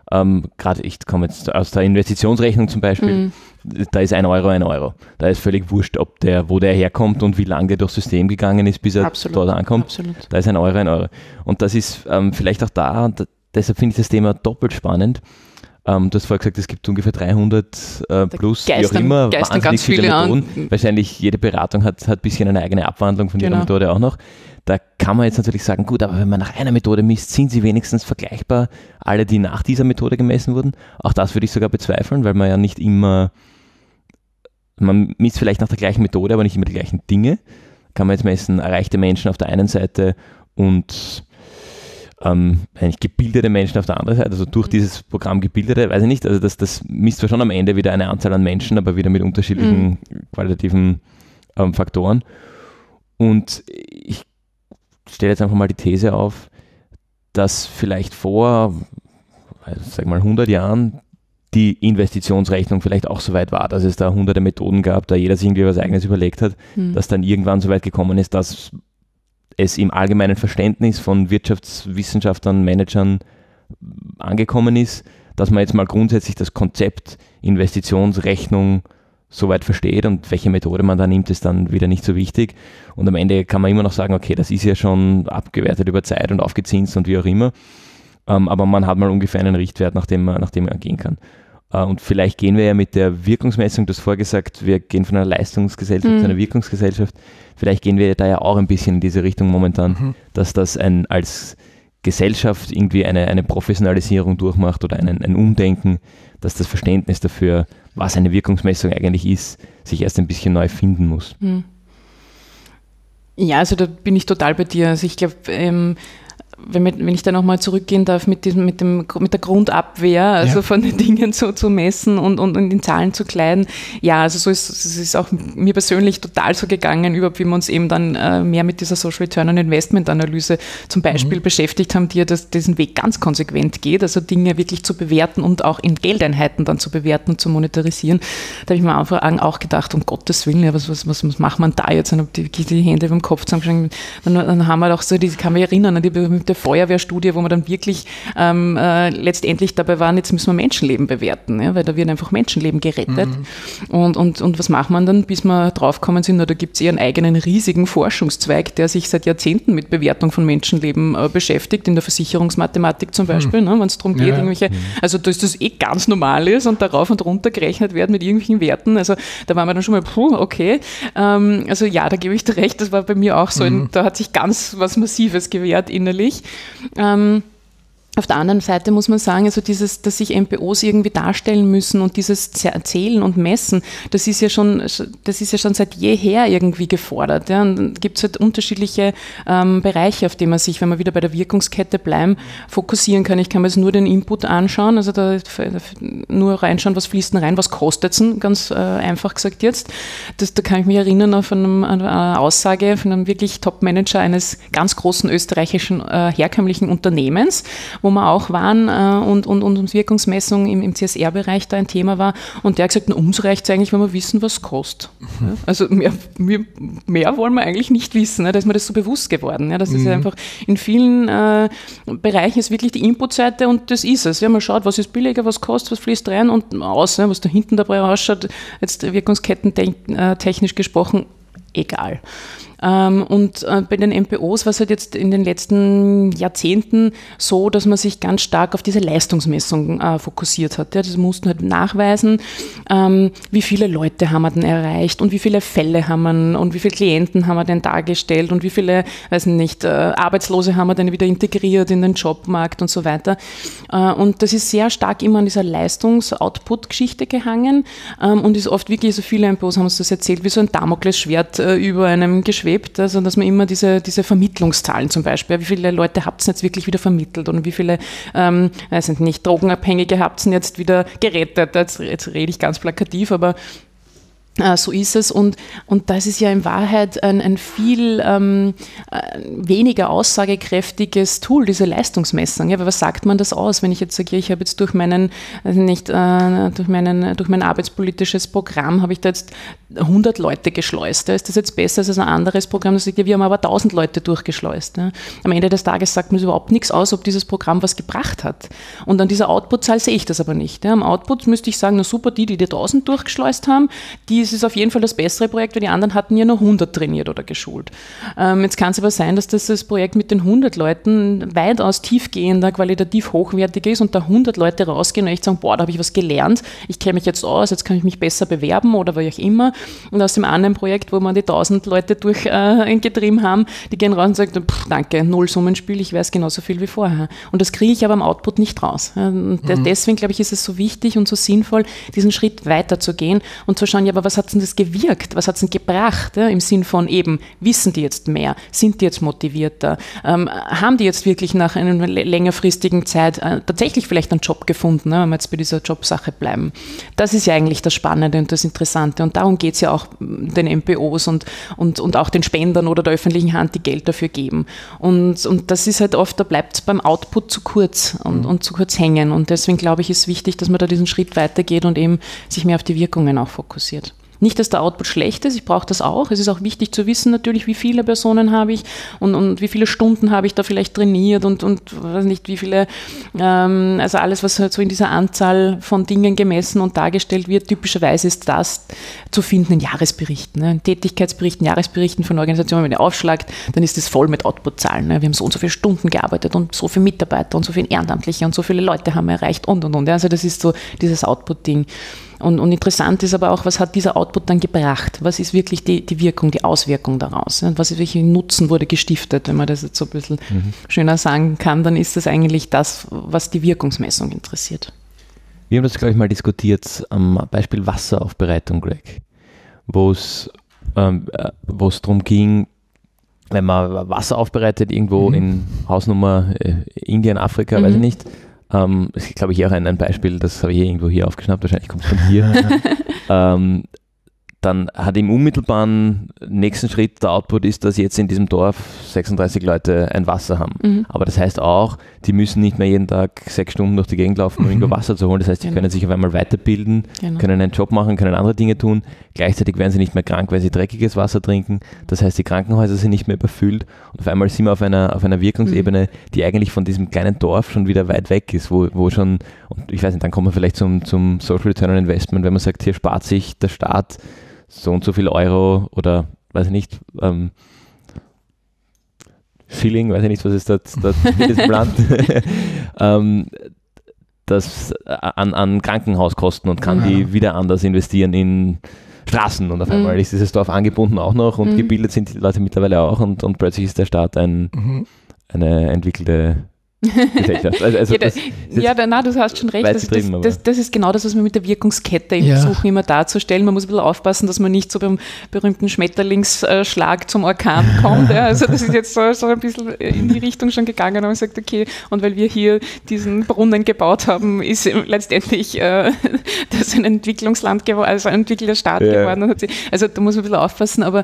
Gerade ich komme jetzt aus der Investitionsrechnung zum Beispiel, da ist 1 Euro 1 Euro. Da ist völlig wurscht, wo der herkommt und wie lange der durchs System gegangen ist, bis er dort ankommt. Absolut. Da ist 1 Euro 1 Euro. Und das ist vielleicht auch da, und deshalb finde ich das Thema doppelt spannend. Du hast vorher gesagt, es gibt ungefähr 300 plus, wie auch immer, wahnsinnig viele Methoden. Wahrscheinlich jede Beratung hat ein bisschen eine eigene Abwandlung von ihrer Methode auch noch. Da kann man jetzt natürlich sagen, gut, aber wenn man nach einer Methode misst, sind sie wenigstens vergleichbar, alle, die nach dieser Methode gemessen wurden. Auch das würde ich sogar bezweifeln, weil man ja nicht immer, man misst vielleicht nach der gleichen Methode, aber nicht immer die gleichen Dinge. Kann man jetzt messen, erreichte Menschen auf der einen Seite und eigentlich gebildete Menschen auf der anderen Seite, also durch dieses Programm gebildete, weiß ich nicht, also das misst zwar schon am Ende wieder eine Anzahl an Menschen, aber wieder mit unterschiedlichen qualitativen Faktoren. Und ich stelle jetzt einfach mal die These auf, dass vielleicht vor, sag mal 100 Jahren die Investitionsrechnung vielleicht auch so weit war, dass es da hunderte Methoden gab, da jeder sich irgendwie was Eigenes überlegt hat, dass dann irgendwann so weit gekommen ist, dass es im allgemeinen Verständnis von Wirtschaftswissenschaftlern, Managern angekommen ist, dass man jetzt mal grundsätzlich das Konzept Investitionsrechnung soweit versteht und welche Methode man da nimmt, ist dann wieder nicht so wichtig. Und am Ende kann man immer noch sagen, okay, das ist ja schon abgewertet über Zeit und aufgezinst und wie auch immer. Aber man hat mal ungefähr einen Richtwert, nach dem man gehen kann. Und vielleicht gehen wir ja mit der Wirkungsmessung, du hast vorher gesagt, wir gehen von einer Leistungsgesellschaft zu einer Wirkungsgesellschaft. Vielleicht gehen wir da ja auch ein bisschen in diese Richtung momentan, dass das als Gesellschaft irgendwie eine Professionalisierung durchmacht oder ein Umdenken, dass das Verständnis dafür, was eine Wirkungsmessung eigentlich ist, sich erst ein bisschen neu finden muss. Ja, also da bin ich total bei dir. Also ich glaube, wenn ich da nochmal zurückgehen darf mit der Grundabwehr, also von den Dingen zu messen und in Zahlen zu kleiden. Ja, also es ist auch mir persönlich total so gegangen, überhaupt wie wir uns eben dann mehr mit dieser Social Return on Investment Analyse zum Beispiel beschäftigt haben, die ja diesen Weg ganz konsequent geht, also Dinge wirklich zu bewerten und auch in Geldeinheiten dann zu bewerten und zu monetarisieren. Da habe ich mir am Anfang auch gedacht, um Gottes Willen, ja, was macht man da jetzt? Und habe die Hände über dem Kopf zusammengeschlagen. Dann haben wir auch so, kann mich erinnern an die berühmte Feuerwehrstudie, wo wir dann wirklich letztendlich dabei waren, jetzt müssen wir Menschenleben bewerten, ja, weil da werden einfach Menschenleben gerettet. Und was macht man dann, bis wir draufgekommen sind, da gibt es eher einen eigenen riesigen Forschungszweig, der sich seit Jahrzehnten mit Bewertung von Menschenleben beschäftigt, in der Versicherungsmathematik zum Beispiel, wenn es darum geht, also dass das ganz normal ist und darauf und runter gerechnet werden mit irgendwelchen Werten, also da waren wir dann schon mal, okay, also ja, da gebe ich dir recht, das war bei mir auch so, da hat sich ganz was Massives gewährt innerlich. Auf der anderen Seite muss man sagen, also dass sich MPOs irgendwie darstellen müssen und dieses Zählen und Messen, das ist ja schon seit jeher irgendwie gefordert. Ja. Und dann gibt es halt unterschiedliche Bereiche, auf die man sich, wenn wir wieder bei der Wirkungskette bleiben, fokussieren kann. Ich kann mir jetzt nur den Input anschauen, also da nur reinschauen, was fließt denn rein, was kostet es denn, ganz einfach gesagt jetzt. Da kann ich mich erinnern an eine Aussage von einem wirklich Top-Manager eines ganz großen österreichischen herkömmlichen Unternehmens, wo wir auch waren und Wirkungsmessung im CSR-Bereich da ein Thema war. Und der hat gesagt, uns reicht es eigentlich, wenn wir wissen, was es kostet. Ja, also mehr wollen wir eigentlich nicht wissen. Ja, da ist mir das so bewusst geworden. Ja, das ist ja einfach in vielen Bereichen ist wirklich die Input-Seite und das ist es. Ja, man schaut, was ist billiger, was kostet, was fließt rein und aus, was da hinten dabei ausschaut, jetzt wirkungskettentechnisch gesprochen, egal. Und bei den MPOs war es halt jetzt in den letzten Jahrzehnten so, dass man sich ganz stark auf diese Leistungsmessung fokussiert hat. Ja, das mussten halt nachweisen, wie viele Leute haben wir denn erreicht und wie viele Fälle haben wir und wie viele Klienten haben wir denn dargestellt und wie viele, Arbeitslose haben wir denn wieder integriert in den Jobmarkt und so weiter. Und das ist sehr stark immer an dieser Leistungs-Output-Geschichte gehangen und ist oft wirklich, so viele MPOs haben uns das erzählt, wie so ein Damoklesschwert über einem geschwebt, also dass man immer diese Vermittlungszahlen zum Beispiel, wie viele Leute habt ihr jetzt wirklich wieder vermittelt und wie viele, Drogenabhängige habt ihr jetzt wieder gerettet, jetzt rede ich ganz plakativ, aber So ist es und das ist ja in Wahrheit ein viel weniger aussagekräftiges Tool, diese Leistungsmessung. Ja, aber was sagt man das aus, wenn ich jetzt sage, ich habe jetzt durch mein arbeitspolitisches Programm habe ich da jetzt 100 Leute geschleust. Ist das jetzt besser als ein anderes Programm, das sagt, wir haben aber 1000 Leute durchgeschleust. Ja. Am Ende des Tages sagt man überhaupt nichts aus, ob dieses Programm was gebracht hat. Und an dieser Output-Zahl sehe ich das aber nicht. Ja. Am Output müsste ich sagen, na super, die 1000 durchgeschleust haben, es ist auf jeden Fall das bessere Projekt, weil die anderen hatten ja nur 100 trainiert oder geschult. Jetzt kann es aber sein, dass das Projekt mit den 100 Leuten weitaus tiefgehender, qualitativ hochwertiger ist und da 100 Leute rausgehen und echt sagen, boah, da habe ich was gelernt, ich kenne mich jetzt aus, jetzt kann ich mich besser bewerben oder wie auch immer. Und aus dem anderen Projekt, wo wir die 1000 Leute durchgetrieben haben, die gehen raus und sagen, danke, Nullsummenspiel, ich weiß genauso viel wie vorher. Und das kriege ich aber am Output nicht raus. Und deswegen, glaube ich, ist es so wichtig und so sinnvoll, diesen Schritt weiter zu gehen und zu schauen, ja, aber was hat denn das gewirkt? Was hat es denn gebracht? Ja, im Sinn von eben, wissen die jetzt mehr? Sind die jetzt motivierter? Haben die jetzt wirklich nach einer längerfristigen Zeit tatsächlich vielleicht einen Job gefunden, wenn wir jetzt bei dieser Jobsache bleiben? Das ist ja eigentlich das Spannende und das Interessante. Und darum geht es ja auch den MPOs und auch den Spendern oder der öffentlichen Hand, die Geld dafür geben. Und das ist halt oft, da bleibt es beim Output zu kurz und zu kurz hängen. Und deswegen glaube ich, ist wichtig, dass man da diesen Schritt weitergeht und eben sich mehr auf die Wirkungen auch fokussiert. Nicht, dass der Output schlecht ist, ich brauche das auch. Es ist auch wichtig zu wissen natürlich, wie viele Personen habe ich und wie viele Stunden habe ich da vielleicht trainiert und weiß nicht, wie viele, also alles, was halt so in dieser Anzahl von Dingen gemessen und dargestellt wird, typischerweise ist das zu finden in Jahresberichten, in Tätigkeitsberichten, Jahresberichten von Organisationen. Wenn ihr aufschlagt, dann ist das voll mit Output-Zahlen. Wir haben so und so viele Stunden gearbeitet und so viele Mitarbeiter und so viele Ehrenamtliche und so viele Leute haben wir erreicht und. Also das ist so dieses Output-Ding. Und interessant ist aber auch, was hat dieser Output dann gebracht? Was ist wirklich die Wirkung, die Auswirkung daraus? Welcher Nutzen wurde gestiftet? Wenn man das jetzt so ein bisschen schöner sagen kann, dann ist das eigentlich das, was die Wirkungsmessung interessiert. Wir haben das, glaube ich, mal diskutiert am Beispiel Wasseraufbereitung, Greg, wo es darum ging, wenn man Wasser aufbereitet irgendwo in Hausnummer Indien, Afrika, weiß ich nicht. Das ist, glaube ich, auch ein Beispiel, das habe ich irgendwo hier aufgeschnappt, wahrscheinlich kommt es von hier. Dann hat im unmittelbaren nächsten Schritt der Output ist, dass jetzt in diesem Dorf 36 Leute ein Wasser haben. Aber das heißt auch, die müssen nicht mehr jeden Tag 6 Stunden durch die Gegend laufen, um irgendwo Wasser zu holen. Das heißt, die können sich auf einmal weiterbilden, können einen Job machen, können andere Dinge tun. Gleichzeitig werden sie nicht mehr krank, weil sie dreckiges Wasser trinken. Das heißt, die Krankenhäuser sind nicht mehr überfüllt. Und auf einmal sind wir auf einer Wirkungsebene, die eigentlich von diesem kleinen Dorf schon wieder weit weg ist, wo schon, und ich weiß nicht, dann kommen wir vielleicht zum Social Return on Investment, wenn man sagt, hier spart sich der Staat so und so viel Euro oder weiß ich nicht, Schilling, weiß ich nicht, was ist das in diesem Land, das an Krankenhauskosten und kann die wieder anders investieren in Straßen und auf einmal ist dieses Dorf angebunden auch noch und gebildet sind die Leute mittlerweile auch und plötzlich ist der Staat eine entwickelte Gesellschaft. Du hast schon recht. Das ist genau das, was wir mit der Wirkungskette versuchen immer darzustellen. Man muss ein bisschen aufpassen, dass man nicht zu beim berühmten Schmetterlingsschlag zum Orkan kommt. Ja. Also das ist jetzt so ein bisschen in die Richtung schon gegangen und man sagt, okay, und weil wir hier diesen Brunnen gebaut haben, ist letztendlich das ein Entwicklungsland geworden, also ein entwickelter Staat geworden. Also da muss man ein bisschen aufpassen, aber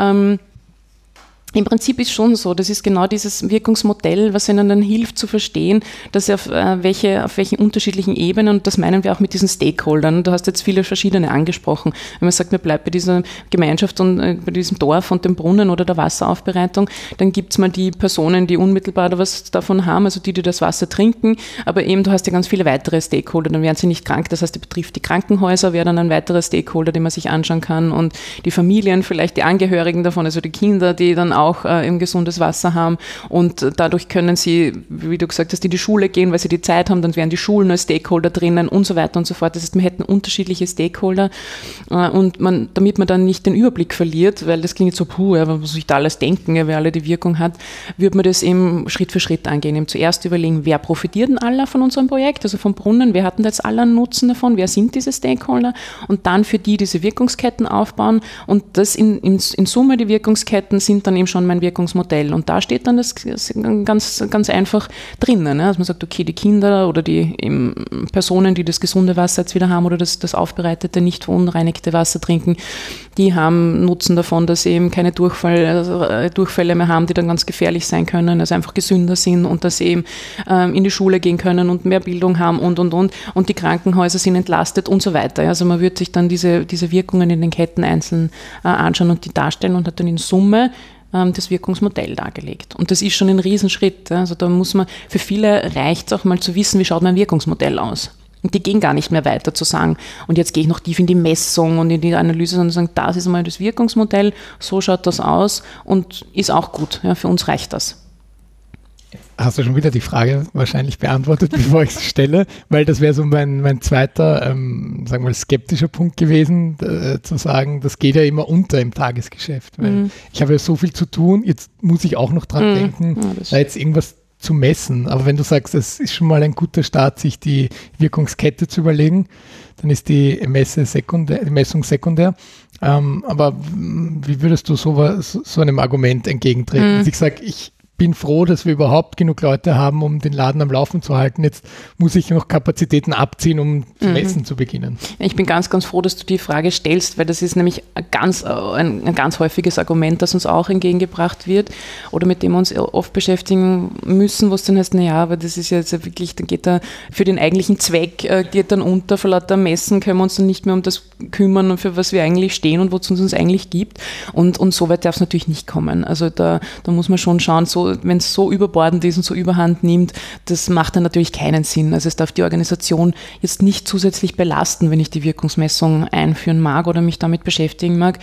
im Prinzip ist schon so, das ist genau dieses Wirkungsmodell, was ihnen dann hilft zu verstehen, dass auf welchen unterschiedlichen Ebenen, und das meinen wir auch mit diesen Stakeholdern, du hast jetzt viele verschiedene angesprochen, wenn man sagt, man bleibt bei dieser Gemeinschaft und bei diesem Dorf und dem Brunnen oder der Wasseraufbereitung, dann gibt es mal die Personen, die unmittelbar da was davon haben, also die das Wasser trinken, aber eben du hast ja ganz viele weitere Stakeholder, dann werden sie nicht krank, das heißt, die betrifft die Krankenhäuser, wäre dann ein weiterer Stakeholder, den man sich anschauen kann und die Familien, vielleicht die Angehörigen davon, also die Kinder, die dann auch ein gesundes Wasser haben und dadurch können sie, wie du gesagt hast, in die Schule gehen, weil sie die Zeit haben, dann wären die Schulen als Stakeholder drinnen und so weiter und so fort. Das heißt, wir hätten unterschiedliche Stakeholder und damit man dann nicht den Überblick verliert, weil das klingt so, was muss ich da alles denken, wer alle die Wirkung hat, würde man das eben Schritt für Schritt angehen. Eben zuerst überlegen, wer profitiert denn alle von unserem Projekt, also vom Brunnen, wer hat denn jetzt alle einen Nutzen davon, wer sind diese Stakeholder und dann für die diese Wirkungsketten aufbauen und das in Summe, die Wirkungsketten sind dann eben schon schon mein Wirkungsmodell. Und da steht dann das ganz einfach drinnen. Also man sagt, okay, die Kinder oder die Personen, die das gesunde Wasser jetzt wieder haben oder das aufbereitete, nicht verunreinigte Wasser trinken, die haben Nutzen davon, dass sie eben keine Durchfälle mehr haben, die dann ganz gefährlich sein können, also einfach gesünder sind und dass sie eben in die Schule gehen können und mehr Bildung haben und. Und die Krankenhäuser sind entlastet und so weiter. Also man wird sich dann diese Wirkungen in den Ketten einzeln anschauen und die darstellen und hat dann in Summe das Wirkungsmodell dargelegt. Und das ist schon ein Riesenschritt. Also da muss man, für viele reicht es auch mal zu wissen, wie schaut mein Wirkungsmodell aus. Und die gehen gar nicht mehr weiter zu sagen, und jetzt gehe ich noch tief in die Messung und in die Analyse, sondern sagen, das ist einmal das Wirkungsmodell, so schaut das aus und ist auch gut. Ja, für uns reicht das. Hast du schon wieder die Frage wahrscheinlich beantwortet, bevor ich sie stelle, weil das wäre so mein zweiter, sagen wir mal, skeptischer Punkt gewesen, zu sagen, das geht ja immer unter im Tagesgeschäft, weil ich habe ja so viel zu tun, jetzt muss ich auch noch dran denken, da jetzt irgendwas zu messen. Aber wenn du sagst, es ist schon mal ein guter Start, sich die Wirkungskette zu überlegen, dann ist die Messung sekundär. Aber wie würdest du so einem Argument entgegentreten? Dass ich sage, ich bin froh, dass wir überhaupt genug Leute haben, um den Laden am Laufen zu halten. Jetzt muss ich noch Kapazitäten abziehen, um zu messen zu beginnen. Ich bin ganz, ganz froh, dass du die Frage stellst, weil das ist nämlich ein ganz häufiges Argument, das uns auch entgegengebracht wird oder mit dem wir uns oft beschäftigen müssen, wo es dann heißt, naja, aber das ist ja jetzt wirklich, dann geht da für den eigentlichen Zweck, geht dann unter, vor lauter Messen können wir uns dann nicht mehr um das kümmern, für was wir eigentlich stehen und wozu es uns eigentlich gibt. Und so weit darf es natürlich nicht kommen. Also da muss man schon schauen, wenn es so überbordend ist und so überhand nimmt, das macht dann natürlich keinen Sinn. Also es darf die Organisation jetzt nicht zusätzlich belasten, wenn ich die Wirkungsmessung einführen mag oder mich damit beschäftigen mag.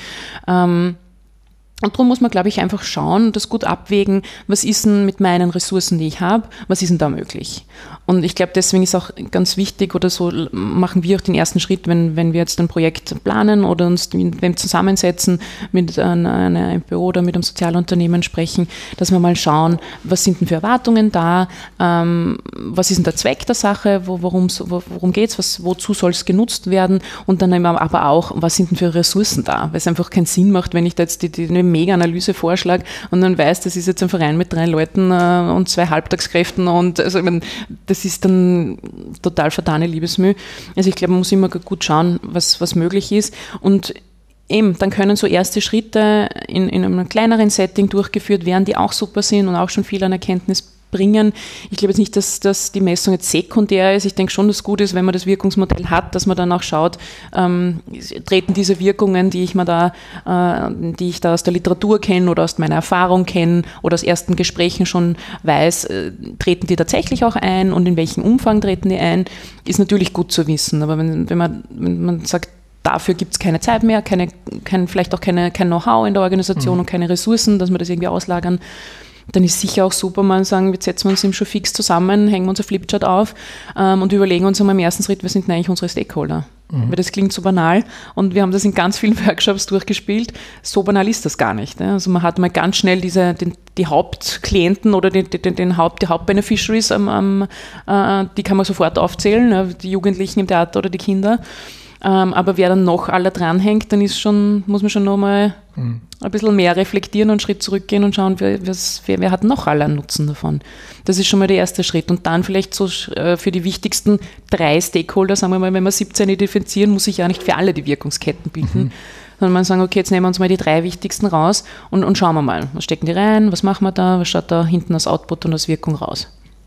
Und darum muss man, glaube ich, einfach schauen und das gut abwägen, was ist denn mit meinen Ressourcen, die ich habe, was ist denn da möglich? Und ich glaube, deswegen ist auch ganz wichtig, oder so machen wir auch den ersten Schritt, wenn wir jetzt ein Projekt planen oder uns zusammensetzen mit einer MPO oder mit einem Sozialunternehmen sprechen, dass wir mal schauen, was sind denn für Erwartungen da, was ist denn der Zweck der Sache, worum geht es, wozu soll es genutzt werden und dann aber auch, was sind denn für Ressourcen da, weil es einfach keinen Sinn macht, wenn ich da jetzt eine Mega-Analyse vorschlage und dann weiß, das ist jetzt ein Verein mit 3 Leuten und 2 Halbtagskräften und also ich meine, das ist dann total vertane Liebesmüh. Also ich glaube, man muss immer gut schauen, was möglich ist und eben, dann können so erste Schritte in einem kleineren Setting durchgeführt werden, die auch super sind und auch schon viel an Erkenntnis bringen. Ich glaube jetzt nicht, dass die Messung jetzt sekundär ist. Ich denke schon, dass es gut ist, wenn man das Wirkungsmodell hat, dass man dann auch schaut, treten diese Wirkungen, die ich da aus der Literatur kenne oder aus meiner Erfahrung kenne oder aus ersten Gesprächen schon weiß, treten die tatsächlich auch ein und in welchem Umfang treten die ein, ist natürlich gut zu wissen. Aber wenn man sagt, dafür gibt es keine Zeit mehr, vielleicht auch kein Know-how in der Organisation und keine Ressourcen, dass wir das irgendwie auslagern, dann ist sicher auch super, mal sagen, jetzt setzen wir uns eben schon fix zusammen, hängen wir unser Flipchart auf und überlegen uns einmal im ersten Schritt, wer sind denn eigentlich unsere Stakeholder? Weil das klingt so banal und wir haben das in ganz vielen Workshops durchgespielt. So banal ist das gar nicht. Also man hat mal ganz schnell die Hauptklienten oder die Hauptbeneficiaries, die kann man sofort aufzählen, die Jugendlichen im Theater oder die Kinder. Aber wer dann noch alle dranhängt, dann muss man schon nochmal ein bisschen mehr reflektieren und einen Schritt zurückgehen und schauen, wer hat noch alle einen Nutzen davon. Das ist schon mal der erste Schritt. Und dann vielleicht so für die wichtigsten 3 Stakeholder, sagen wir mal, wenn wir 17 identifizieren, muss ich ja nicht für alle die Wirkungsketten bieten, sondern man sagen, okay, jetzt nehmen wir uns mal die 3 wichtigsten raus und schauen wir mal, was stecken die rein, was machen wir da, was schaut da hinten als Output und als Wirkung raus.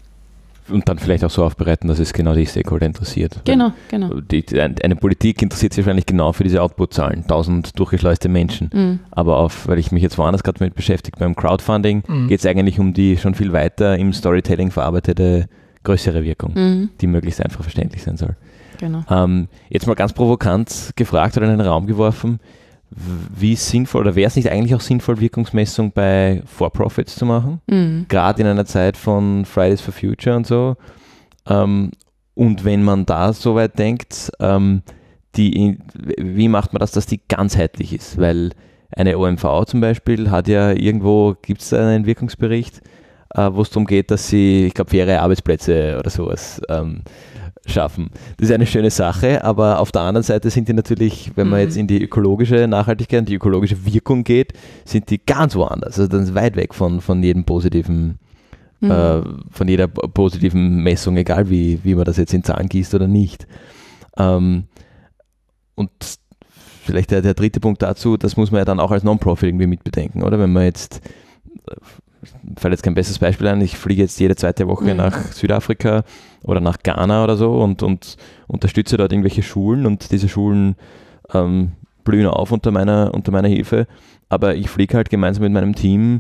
Und dann vielleicht auch so aufbereiten, dass es genau die Stakeholder interessiert. Genau. Eine Politik interessiert sich wahrscheinlich genau für diese Output-Zahlen, 1000 durchgeschleuste Menschen. Aber weil ich mich jetzt woanders gerade damit beschäftige, beim Crowdfunding geht es eigentlich um die schon viel weiter im Storytelling verarbeitete größere Wirkung, die möglichst einfach verständlich sein soll. Genau. Jetzt mal ganz provokant gefragt oder in den Raum geworfen, wie sinnvoll oder wäre es nicht eigentlich auch sinnvoll, Wirkungsmessung bei For-Profits zu machen? Gerade in einer Zeit von Fridays for Future und so. Und wenn man da so weit denkt, wie macht man das, dass die ganzheitlich ist? Weil eine OMV zum Beispiel hat ja irgendwo, gibt es einen Wirkungsbericht, wo es darum geht, dass sie, ich glaube, faire Arbeitsplätze oder sowas schaffen. Das ist eine schöne Sache, aber auf der anderen Seite sind die natürlich, wenn man jetzt in die ökologische Nachhaltigkeit, die ökologische Wirkung geht, sind die ganz woanders. Also dann ist weit weg von jedem positiven, von jeder positiven Messung, egal wie man das jetzt in Zahlen gießt oder nicht. Und vielleicht der dritte Punkt dazu, das muss man ja dann auch als Non-Profit irgendwie mitbedenken, oder? Wenn man jetzt, fällt jetzt kein besseres Beispiel ein, ich fliege jetzt jede zweite Woche nach Südafrika oder nach Ghana oder so und unterstütze dort irgendwelche Schulen und diese Schulen blühen auf unter meiner Hilfe, aber ich fliege halt gemeinsam mit meinem Team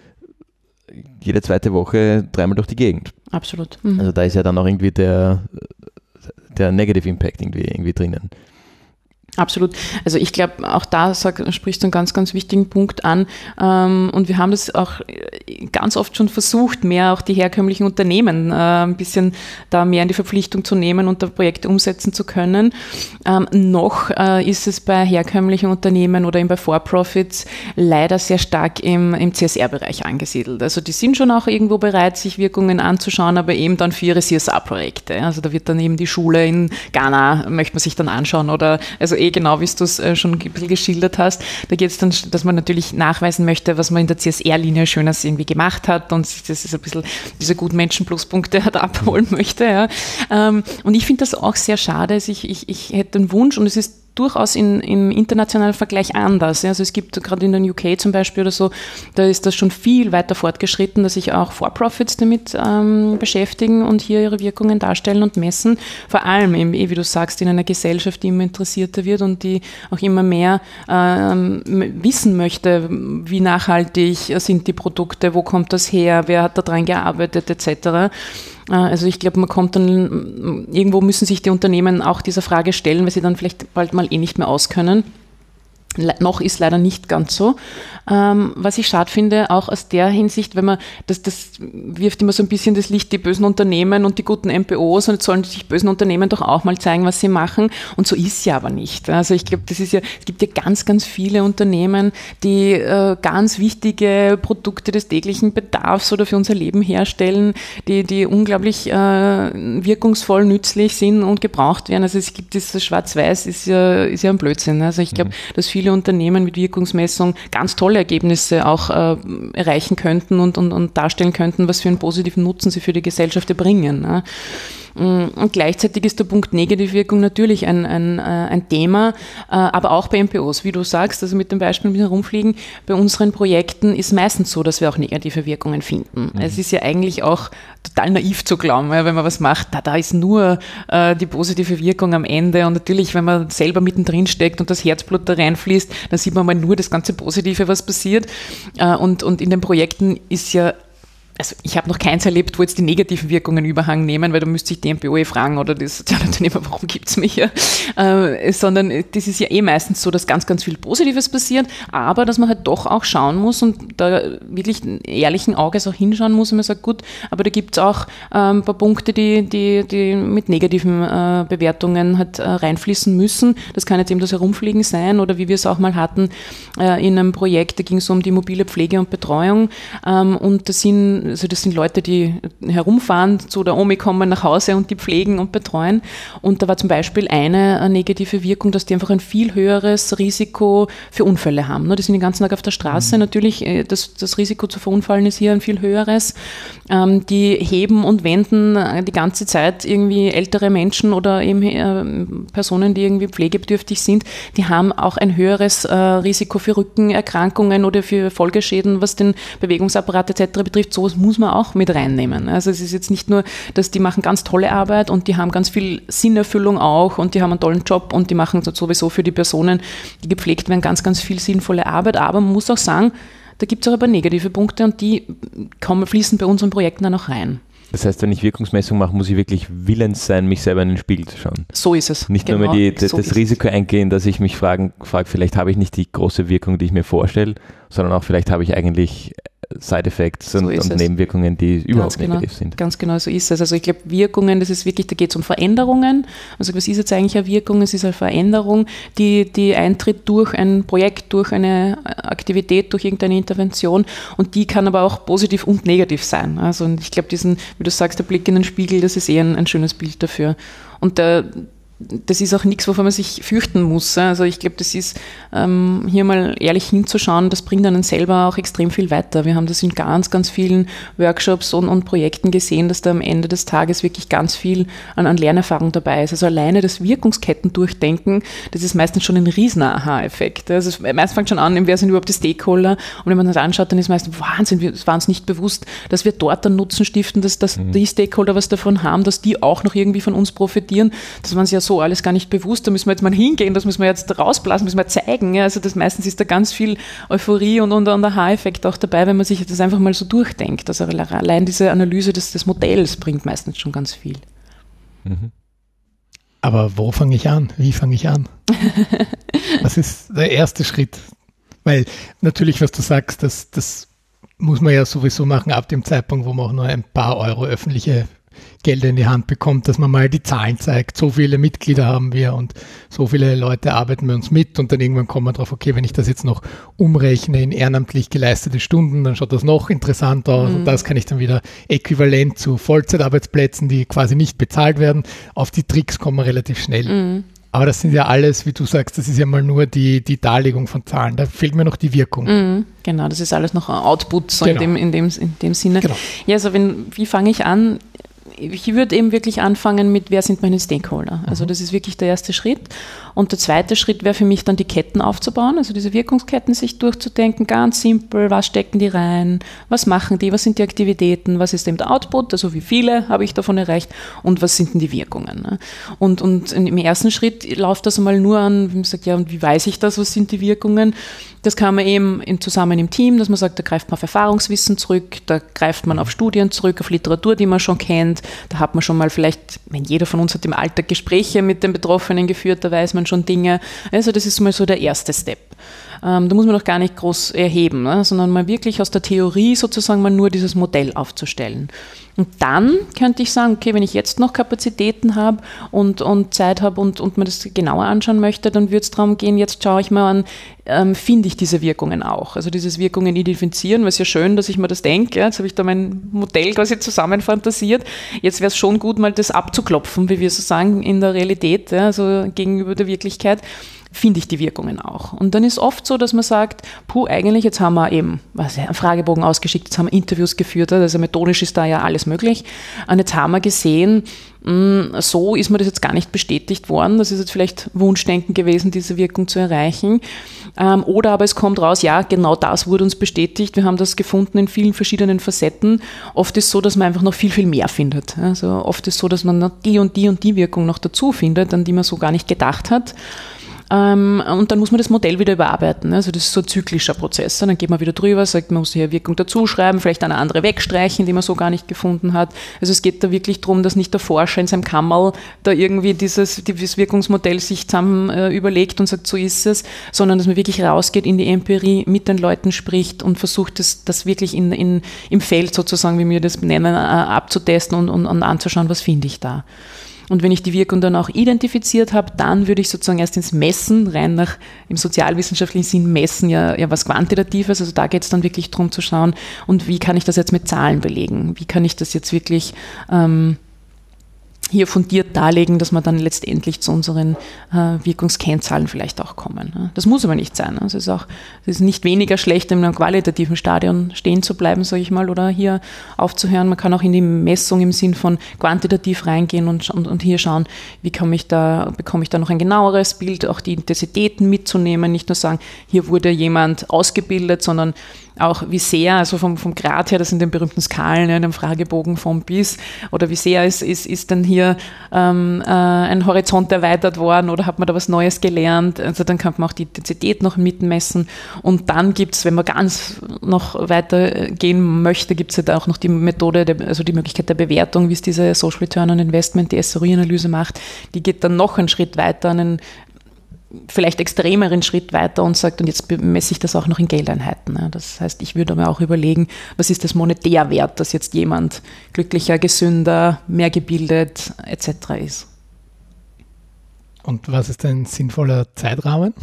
jede zweite Woche 3-mal durch die Gegend. Absolut. Also da ist ja dann auch irgendwie der Negative Impact irgendwie drinnen. Absolut. Also ich glaube, auch da sprichst du einen ganz, ganz wichtigen Punkt an. Und wir haben das auch ganz oft schon versucht, mehr auch die herkömmlichen Unternehmen ein bisschen da mehr in die Verpflichtung zu nehmen und da Projekte umsetzen zu können. Noch ist es bei herkömmlichen Unternehmen oder eben bei For-Profits leider sehr stark im CSR-Bereich angesiedelt. Also die sind schon auch irgendwo bereit, sich Wirkungen anzuschauen, aber eben dann für ihre CSR-Projekte. Also da wird dann eben die Schule in Ghana, möchte man sich dann anschauen oder also genau, wie du es schon ein bisschen geschildert hast. Da geht es dann, dass man natürlich nachweisen möchte, was man in der CSR-Linie Schönes irgendwie gemacht hat und das ist ein bisschen diese guten Menschen-Pluspunkte halt abholen möchte. Ja. Und ich finde das auch sehr schade. Also ich hätte den Wunsch und es ist durchaus im internationalen Vergleich anders. Also es gibt gerade in den UK zum Beispiel oder so, da ist das schon viel weiter fortgeschritten, dass sich auch For-Profits damit beschäftigen und hier ihre Wirkungen darstellen und messen. Vor allem, eben, wie du sagst, in einer Gesellschaft, die immer interessierter wird und die auch immer mehr wissen möchte, wie nachhaltig sind die Produkte, wo kommt das her, wer hat da dran gearbeitet etc. Also ich glaube, man kommt dann, irgendwo müssen sich die Unternehmen auch dieser Frage stellen, weil sie dann vielleicht bald mal nicht mehr auskönnen. Noch ist leider nicht ganz so. Was ich schade finde, auch aus der Hinsicht, wenn man, das wirft immer so ein bisschen das Licht, die bösen Unternehmen und die guten MPOs und jetzt sollen sich bösen Unternehmen doch auch mal zeigen, was sie machen. Und so ist ja aber nicht. Also ich glaube, es gibt ja ganz, ganz viele Unternehmen, die ganz wichtige Produkte des täglichen Bedarfs oder für unser Leben herstellen, die unglaublich wirkungsvoll, nützlich sind und gebraucht werden. Also es gibt dieses Schwarz-Weiß, ist ja ein Blödsinn. Also ich glaube, dass viele Unternehmen mit Wirkungsmessung ganz tolle Ergebnisse auch erreichen könnten und darstellen könnten, was für einen positiven Nutzen sie für die Gesellschaft erbringen. Ne? Und gleichzeitig ist der Punkt Negativwirkung natürlich ein Thema, aber auch bei MPOs, wie du sagst, also mit dem Beispiel mit Herumfliegen, bei unseren Projekten ist meistens so, dass wir auch negative Wirkungen finden. Es ist ja eigentlich auch total naiv zu glauben, wenn man was macht, da ist nur die positive Wirkung am Ende und natürlich, wenn man selber mittendrin steckt und das Herzblut da reinfließt, dann sieht man mal nur das ganze Positive, was passiert und in den Projekten ist ja also ich habe noch keins erlebt, wo jetzt die negativen Wirkungen Überhang nehmen, weil da müsste ich die MPO fragen oder die Sozialunternehmer, warum gibt es mich ja? Sondern das ist ja meistens so, dass ganz, ganz viel Positives passiert, aber dass man halt doch auch schauen muss und da wirklich einen ehrlichen Auges auch hinschauen muss und man sagt, gut, aber da gibt es auch ein paar Punkte, die mit negativen Bewertungen halt reinfließen müssen. Das kann jetzt eben das Herumfliegen sein oder wie wir es auch mal hatten in einem Projekt, da ging es um die mobile Pflege und Betreuung und das sind Leute, die herumfahren, zu der Omi kommen nach Hause und die pflegen und betreuen. Und da war zum Beispiel eine negative Wirkung, dass die einfach ein viel höheres Risiko für Unfälle haben. Die sind den ganzen Tag auf der Straße. Natürlich, das Risiko zu verunfallen ist hier ein viel höheres. Die heben und wenden die ganze Zeit irgendwie ältere Menschen oder eben Personen, die irgendwie pflegebedürftig sind, die haben auch ein höheres Risiko für Rückenerkrankungen oder für Folgeschäden, was den Bewegungsapparat etc. betrifft. Sowas muss man auch mit reinnehmen. Also es ist jetzt nicht nur, dass die machen ganz tolle Arbeit und die haben ganz viel Sinnerfüllung auch und die haben einen tollen Job und die machen sowieso für die Personen, die gepflegt werden, ganz, ganz viel sinnvolle Arbeit. Aber man muss auch sagen, da gibt es auch ein paar negative Punkte und die fließen bei unseren Projekten dann auch rein. Das heißt, wenn ich Wirkungsmessung mache, muss ich wirklich willens sein, mich selber in den Spiegel zu schauen. So ist es. Nicht nur mehr das Risiko eingehen, dass ich mich frage, vielleicht habe ich nicht die große Wirkung, die ich mir vorstelle, sondern auch vielleicht habe ich eigentlich Side-Effects und Nebenwirkungen, die überhaupt negativ sind. Ganz genau so ist es. Also ich glaube, Wirkungen, das ist wirklich, da geht es um Veränderungen. Also was ist jetzt eigentlich eine Wirkung? Es ist eine Veränderung, die eintritt durch ein Projekt, durch eine Aktivität, durch irgendeine Intervention, und die kann aber auch positiv und negativ sein. Also und ich glaube, wie du sagst, der Blick in den Spiegel, das ist eher ein schönes Bild dafür. Und das ist auch nichts, wovon man sich fürchten muss. Also ich glaube, das ist, hier mal ehrlich hinzuschauen, das bringt einen selber auch extrem viel weiter. Wir haben das in ganz, ganz vielen Workshops und Projekten gesehen, dass da am Ende des Tages wirklich ganz viel an Lernerfahrung dabei ist. Also alleine das Wirkungsketten durchdenken, das ist meistens schon ein riesen Aha-Effekt. Also meistens fängt schon an, wer sind überhaupt die Stakeholder, und wenn man das anschaut, dann ist meistens Wahnsinn, es war uns nicht bewusst, dass wir dort einen Nutzen stiften, dass die Stakeholder was davon haben, dass die auch noch irgendwie von uns profitieren. Das waren sie ja so alles gar nicht bewusst, da müssen wir jetzt mal hingehen, das müssen wir jetzt rausblasen, müssen wir zeigen. Ja, also meistens ist da ganz viel Euphorie und ein Aha-Effekt auch dabei, wenn man sich das einfach mal so durchdenkt. Also allein diese Analyse des Modells bringt meistens schon ganz viel. Mhm. Aber wo fange ich an? Wie fange ich an? Was ist der erste Schritt? Weil natürlich, was du sagst, das muss man ja sowieso machen ab dem Zeitpunkt, wo man auch nur ein paar Euro öffentliche Gelder in die Hand bekommt, dass man mal die Zahlen zeigt. So viele Mitglieder haben wir und so viele Leute arbeiten bei uns mit, und dann irgendwann kommt man drauf, okay, wenn ich das jetzt noch umrechne in ehrenamtlich geleistete Stunden, dann schaut das noch interessanter aus, und das kann ich dann wieder äquivalent zu Vollzeitarbeitsplätzen, die quasi nicht bezahlt werden. Auf die Tricks kommen wir relativ schnell. Aber das sind ja alles, wie du sagst, das ist ja mal nur die Darlegung von Zahlen. Da fehlt mir noch die Wirkung. Genau, das ist alles noch ein Output, so genau. in dem Sinne. Genau. Ja, also wie fange ich an? Ich würde eben wirklich anfangen mit, wer sind meine Stakeholder? Also das ist wirklich der erste Schritt. Und der zweite Schritt wäre für mich dann, die Ketten aufzubauen, also diese Wirkungsketten sich durchzudenken, ganz simpel, was stecken die rein, was machen die, was sind die Aktivitäten, was ist eben der Output, also wie viele habe ich davon erreicht und was sind denn die Wirkungen. Ne? Und im ersten Schritt läuft das einmal nur an, wie man sagt, ja, und wie weiß ich das, was sind die Wirkungen? Das kann man eben zusammen im Team, dass man sagt, da greift man auf Erfahrungswissen zurück, da greift man auf Studien zurück, auf Literatur, die man schon kennt, da hat man schon mal vielleicht, wenn jeder von uns hat im Alltag Gespräche mit den Betroffenen geführt, da weiß man schon Dinge. Also das ist mal so der erste Step. Da muss man doch gar nicht groß erheben, ne? Sondern mal wirklich aus der Theorie sozusagen mal nur dieses Modell aufzustellen. Und dann könnte ich sagen, okay, wenn ich jetzt noch Kapazitäten habe und Zeit habe und mir das genauer anschauen möchte, dann würde es darum gehen, jetzt schaue ich mal an, finde ich diese Wirkungen auch? Also dieses Wirkungen identifizieren, weil es ja schön, dass ich mir das denke, ja, jetzt habe ich da mein Modell quasi zusammenfantasiert, jetzt wäre es schon gut, mal das abzuklopfen, wie wir so sagen, in der Realität, ja, also gegenüber der Wirklichkeit, finde ich die Wirkungen auch. Und dann ist oft so, dass man sagt, eigentlich, jetzt haben wir eben einen Fragebogen ausgeschickt, jetzt haben wir Interviews geführt, also methodisch ist da ja alles möglich. Und jetzt haben wir gesehen, so ist mir das jetzt gar nicht bestätigt worden. Das ist jetzt vielleicht Wunschdenken gewesen, diese Wirkung zu erreichen. Oder aber es kommt raus, ja, genau das wurde uns bestätigt. Wir haben das gefunden in vielen verschiedenen Facetten. Oft ist es so, dass man einfach noch viel, viel mehr findet. Also oft ist es so, dass man noch die und die und die Wirkung noch dazu findet, an die man so gar nicht gedacht hat. Und dann muss man das Modell wieder überarbeiten. Also das ist so ein zyklischer Prozess. Dann geht man wieder drüber, sagt, man muss hier Wirkung dazuschreiben, vielleicht eine andere wegstreichen, die man so gar nicht gefunden hat. Also es geht da wirklich darum, dass nicht der Forscher in seinem Kammerl da irgendwie dieses Wirkungsmodell sich zusammen überlegt und sagt, so ist es, sondern dass man wirklich rausgeht in die Empirie, mit den Leuten spricht und versucht, das wirklich im Feld sozusagen, wie wir das nennen, abzutesten und anzuschauen, was finde ich da. Und wenn ich die Wirkung dann auch identifiziert habe, dann würde ich sozusagen erst ins Messen, rein nach im sozialwissenschaftlichen Sinn Messen ja was Quantitatives, also da geht es dann wirklich darum zu schauen, und wie kann ich das jetzt mit Zahlen belegen? Wie kann ich das jetzt wirklich hier fundiert darlegen, dass wir dann letztendlich zu unseren Wirkungskennzahlen vielleicht auch kommen. Das muss aber nicht sein. Es ist nicht weniger schlecht, in einem qualitativen Stadion stehen zu bleiben, sage ich mal, oder hier aufzuhören. Man kann auch in die Messung im Sinn von quantitativ reingehen und hier schauen, wie bekomme ich da noch ein genaueres Bild, auch die Intensitäten mitzunehmen, nicht nur sagen, hier wurde jemand ausgebildet, sondern auch wie sehr, also vom Grad her, das sind den berühmten Skalen in einem Fragebogen vom bis, oder wie sehr ist denn hier ein Horizont erweitert worden oder hat man da was Neues gelernt? Also dann kann man auch die Intensität noch mitmessen, und dann gibt es, wenn man ganz noch weiter gehen möchte, gibt es halt auch noch die Methode, also die Möglichkeit der Bewertung, wie es diese Social Return on Investment, die SRI-Analyse macht, die geht dann noch einen Schritt weiter, vielleicht extremeren Schritt weiter und sagt, und jetzt messe ich das auch noch in Geldeinheiten. Ja. Das heißt, ich würde mir auch überlegen, was ist das monetär wert, dass jetzt jemand glücklicher, gesünder, mehr gebildet etc. ist. Und was ist ein sinnvoller Zeitrahmen?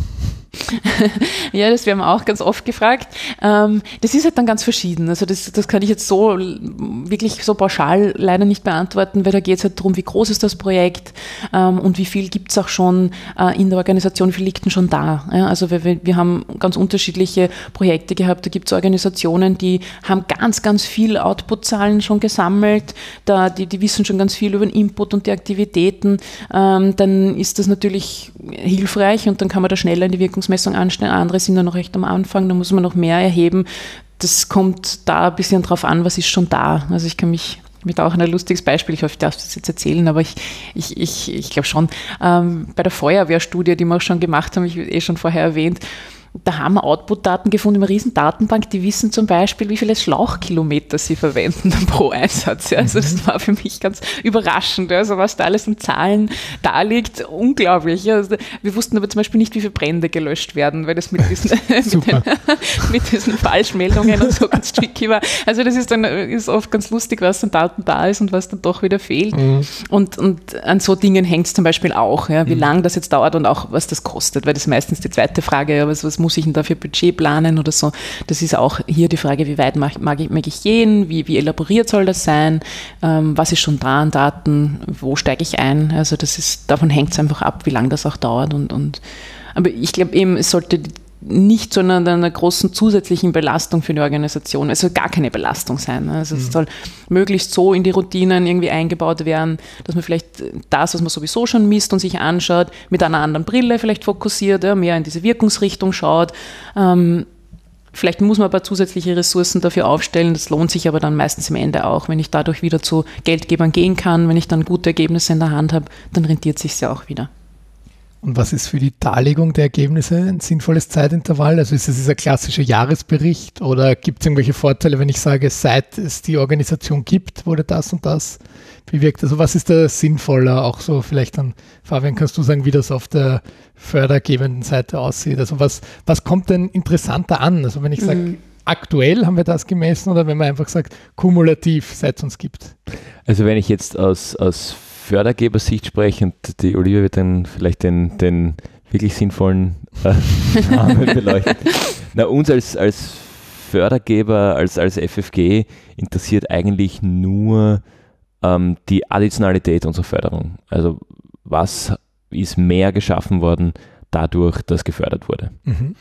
Ja, das werden wir auch ganz oft gefragt. Das ist halt dann ganz verschieden. Also das kann ich jetzt so wirklich so pauschal leider nicht beantworten, weil da geht es halt darum, wie groß ist das Projekt und wie viel gibt es auch schon in der Organisation, wie viel liegt denn schon da. Ja, also wir haben ganz unterschiedliche Projekte gehabt. Da gibt es Organisationen, die haben ganz, ganz viel Output-Zahlen schon gesammelt. Die wissen schon ganz viel über den Input und die Aktivitäten. Dann ist das natürlich hilfreich und dann kann man da schneller in die Wirkungsmessung anstellen. Andere sind da noch recht am Anfang, da muss man noch mehr erheben. Das kommt da ein bisschen drauf an, was ist schon da. Also ich kann mich mit auch ein lustiges Beispiel, ich hoffe, ich darf das jetzt erzählen, aber ich glaube schon, bei der Feuerwehrstudie, die wir auch schon gemacht haben, ich schon vorher erwähnt, da haben wir Output-Daten gefunden in einer riesen Datenbank, die wissen zum Beispiel, wie viele Schlauchkilometer sie verwenden pro Einsatz. Ja. Also das war für mich ganz überraschend, also was da alles an Zahlen da liegt, unglaublich. Ja. Also wir wussten aber zum Beispiel nicht, wie viele Brände gelöscht werden, weil das mit diesen Falschmeldungen und so ganz tricky war. Also das ist oft ganz lustig, was an Daten da ist und was dann doch wieder fehlt. Und an so Dingen hängt es zum Beispiel auch, ja, wie lange das jetzt dauert und auch was das kostet, weil das ist meistens die zweite Frage, ja, was muss ich denn da für Budget planen oder so. Das ist auch hier die Frage, wie weit mag ich gehen, wie elaboriert soll das sein, was ist schon da an Daten, wo steige ich ein. Also davon hängt es einfach ab, wie lange das auch dauert. Aber ich glaube eben, es sollte nicht zu einer großen zusätzlichen Belastung für die Organisation, also gar keine Belastung sein. Also es soll möglichst so in die Routinen irgendwie eingebaut werden, dass man vielleicht das, was man sowieso schon misst und sich anschaut, mit einer anderen Brille vielleicht fokussiert, ja, mehr in diese Wirkungsrichtung schaut. Vielleicht muss man aber zusätzliche Ressourcen dafür aufstellen, das lohnt sich aber dann meistens am Ende auch. Wenn ich dadurch wieder zu Geldgebern gehen kann, wenn ich dann gute Ergebnisse in der Hand habe, dann rentiert es sich ja auch wieder. Und was ist für die Darlegung der Ergebnisse ein sinnvolles Zeitintervall? Also ist es dieser klassische Jahresbericht oder gibt es irgendwelche Vorteile, wenn ich sage, seit es die Organisation gibt, wurde das und das bewirkt? Also was ist da sinnvoller? Auch so vielleicht dann, Fabian, kannst du sagen, wie das auf der fördergebenden Seite aussieht? Also was kommt denn interessanter an? Also wenn ich sage, aktuell haben wir das gemessen oder wenn man einfach sagt, kumulativ, seit es uns gibt? Also wenn ich jetzt aus Fördergebersicht spreche und die Olivia wird dann vielleicht den wirklich sinnvollen Rahmen beleuchten. Na, uns als Fördergeber, als FFG interessiert eigentlich nur die Additionalität unserer Förderung. Also was ist mehr geschaffen worden dadurch, dass gefördert wurde.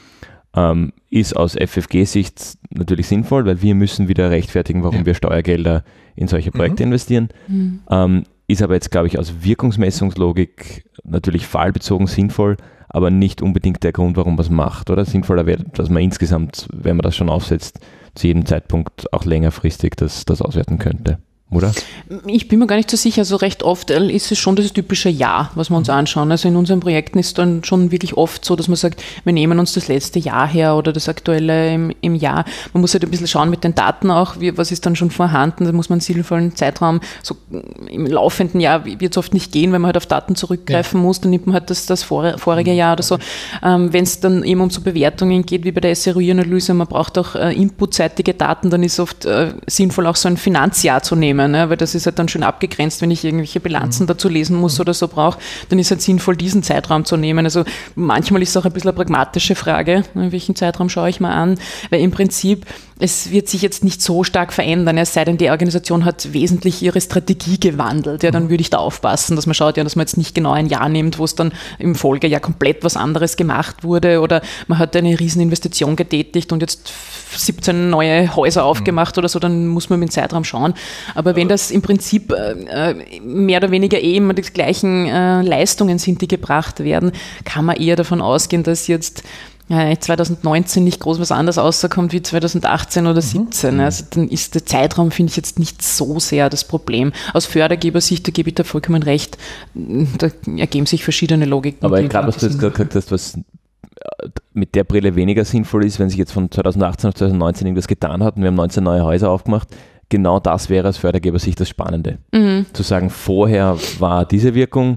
Ist aus FFG-Sicht natürlich sinnvoll, weil wir müssen wieder rechtfertigen, warum wir Steuergelder in solche Projekte investieren. Ist aber jetzt, glaube ich, aus Wirkungsmessungslogik natürlich fallbezogen sinnvoll, aber nicht unbedingt der Grund, warum man es macht. Oder sinnvoller wäre, dass man insgesamt, wenn man das schon aufsetzt, zu jedem Zeitpunkt auch längerfristig das auswerten könnte. Oder? Ich bin mir gar nicht so sicher, also recht oft ist es schon das typische Jahr, was wir uns anschauen. Also in unseren Projekten ist dann schon wirklich oft so, dass man sagt, wir nehmen uns das letzte Jahr her oder das aktuelle im Jahr. Man muss halt ein bisschen schauen mit den Daten auch, was ist dann schon vorhanden, da muss man einen sinnvollen Zeitraum, so im laufenden Jahr wird es oft nicht gehen, weil man halt auf Daten zurückgreifen muss, dann nimmt man halt das vorige Jahr oder so. Wenn es dann eben um so Bewertungen geht, wie bei der SROI-Analyse, man braucht auch inputseitige Daten, dann ist es oft sinnvoll, auch so ein Finanzjahr zu nehmen. Weil das ist halt dann schön abgegrenzt, wenn ich irgendwelche Bilanzen dazu lesen muss oder so brauche, dann ist halt sinnvoll, diesen Zeitraum zu nehmen. Also manchmal ist es auch ein bisschen eine pragmatische Frage, in welchen Zeitraum schaue ich mal an, weil im Prinzip es wird sich jetzt nicht so stark verändern, es sei denn, die Organisation hat wesentlich ihre Strategie gewandelt. Ja, dann würde ich da aufpassen, dass man schaut, ja, dass man jetzt nicht genau ein Jahr nimmt, wo es dann im Folgejahr komplett was anderes gemacht wurde oder man hat eine riesen Investition getätigt und jetzt 17 neue Häuser aufgemacht oder so, dann muss man mit dem Zeitraum schauen. Aber wenn das im Prinzip mehr oder weniger immer die gleichen Leistungen sind, die gebracht werden, kann man eher davon ausgehen, dass jetzt 2019 nicht groß was anderes rauskommt wie 2018 oder 2017. Also dann ist der Zeitraum, finde ich, jetzt nicht so sehr das Problem. Aus Fördergebersicht, da gebe ich da vollkommen recht, da ergeben sich verschiedene Logiken. Aber ich glaube, was du jetzt gerade gesagt hast, was mit der Brille weniger sinnvoll ist, wenn sich jetzt von 2018 auf 2019 irgendwas getan hat und wir haben 19 neue Häuser aufgemacht, genau das wäre aus Fördergebersicht das Spannende. Zu sagen, vorher war diese Wirkung,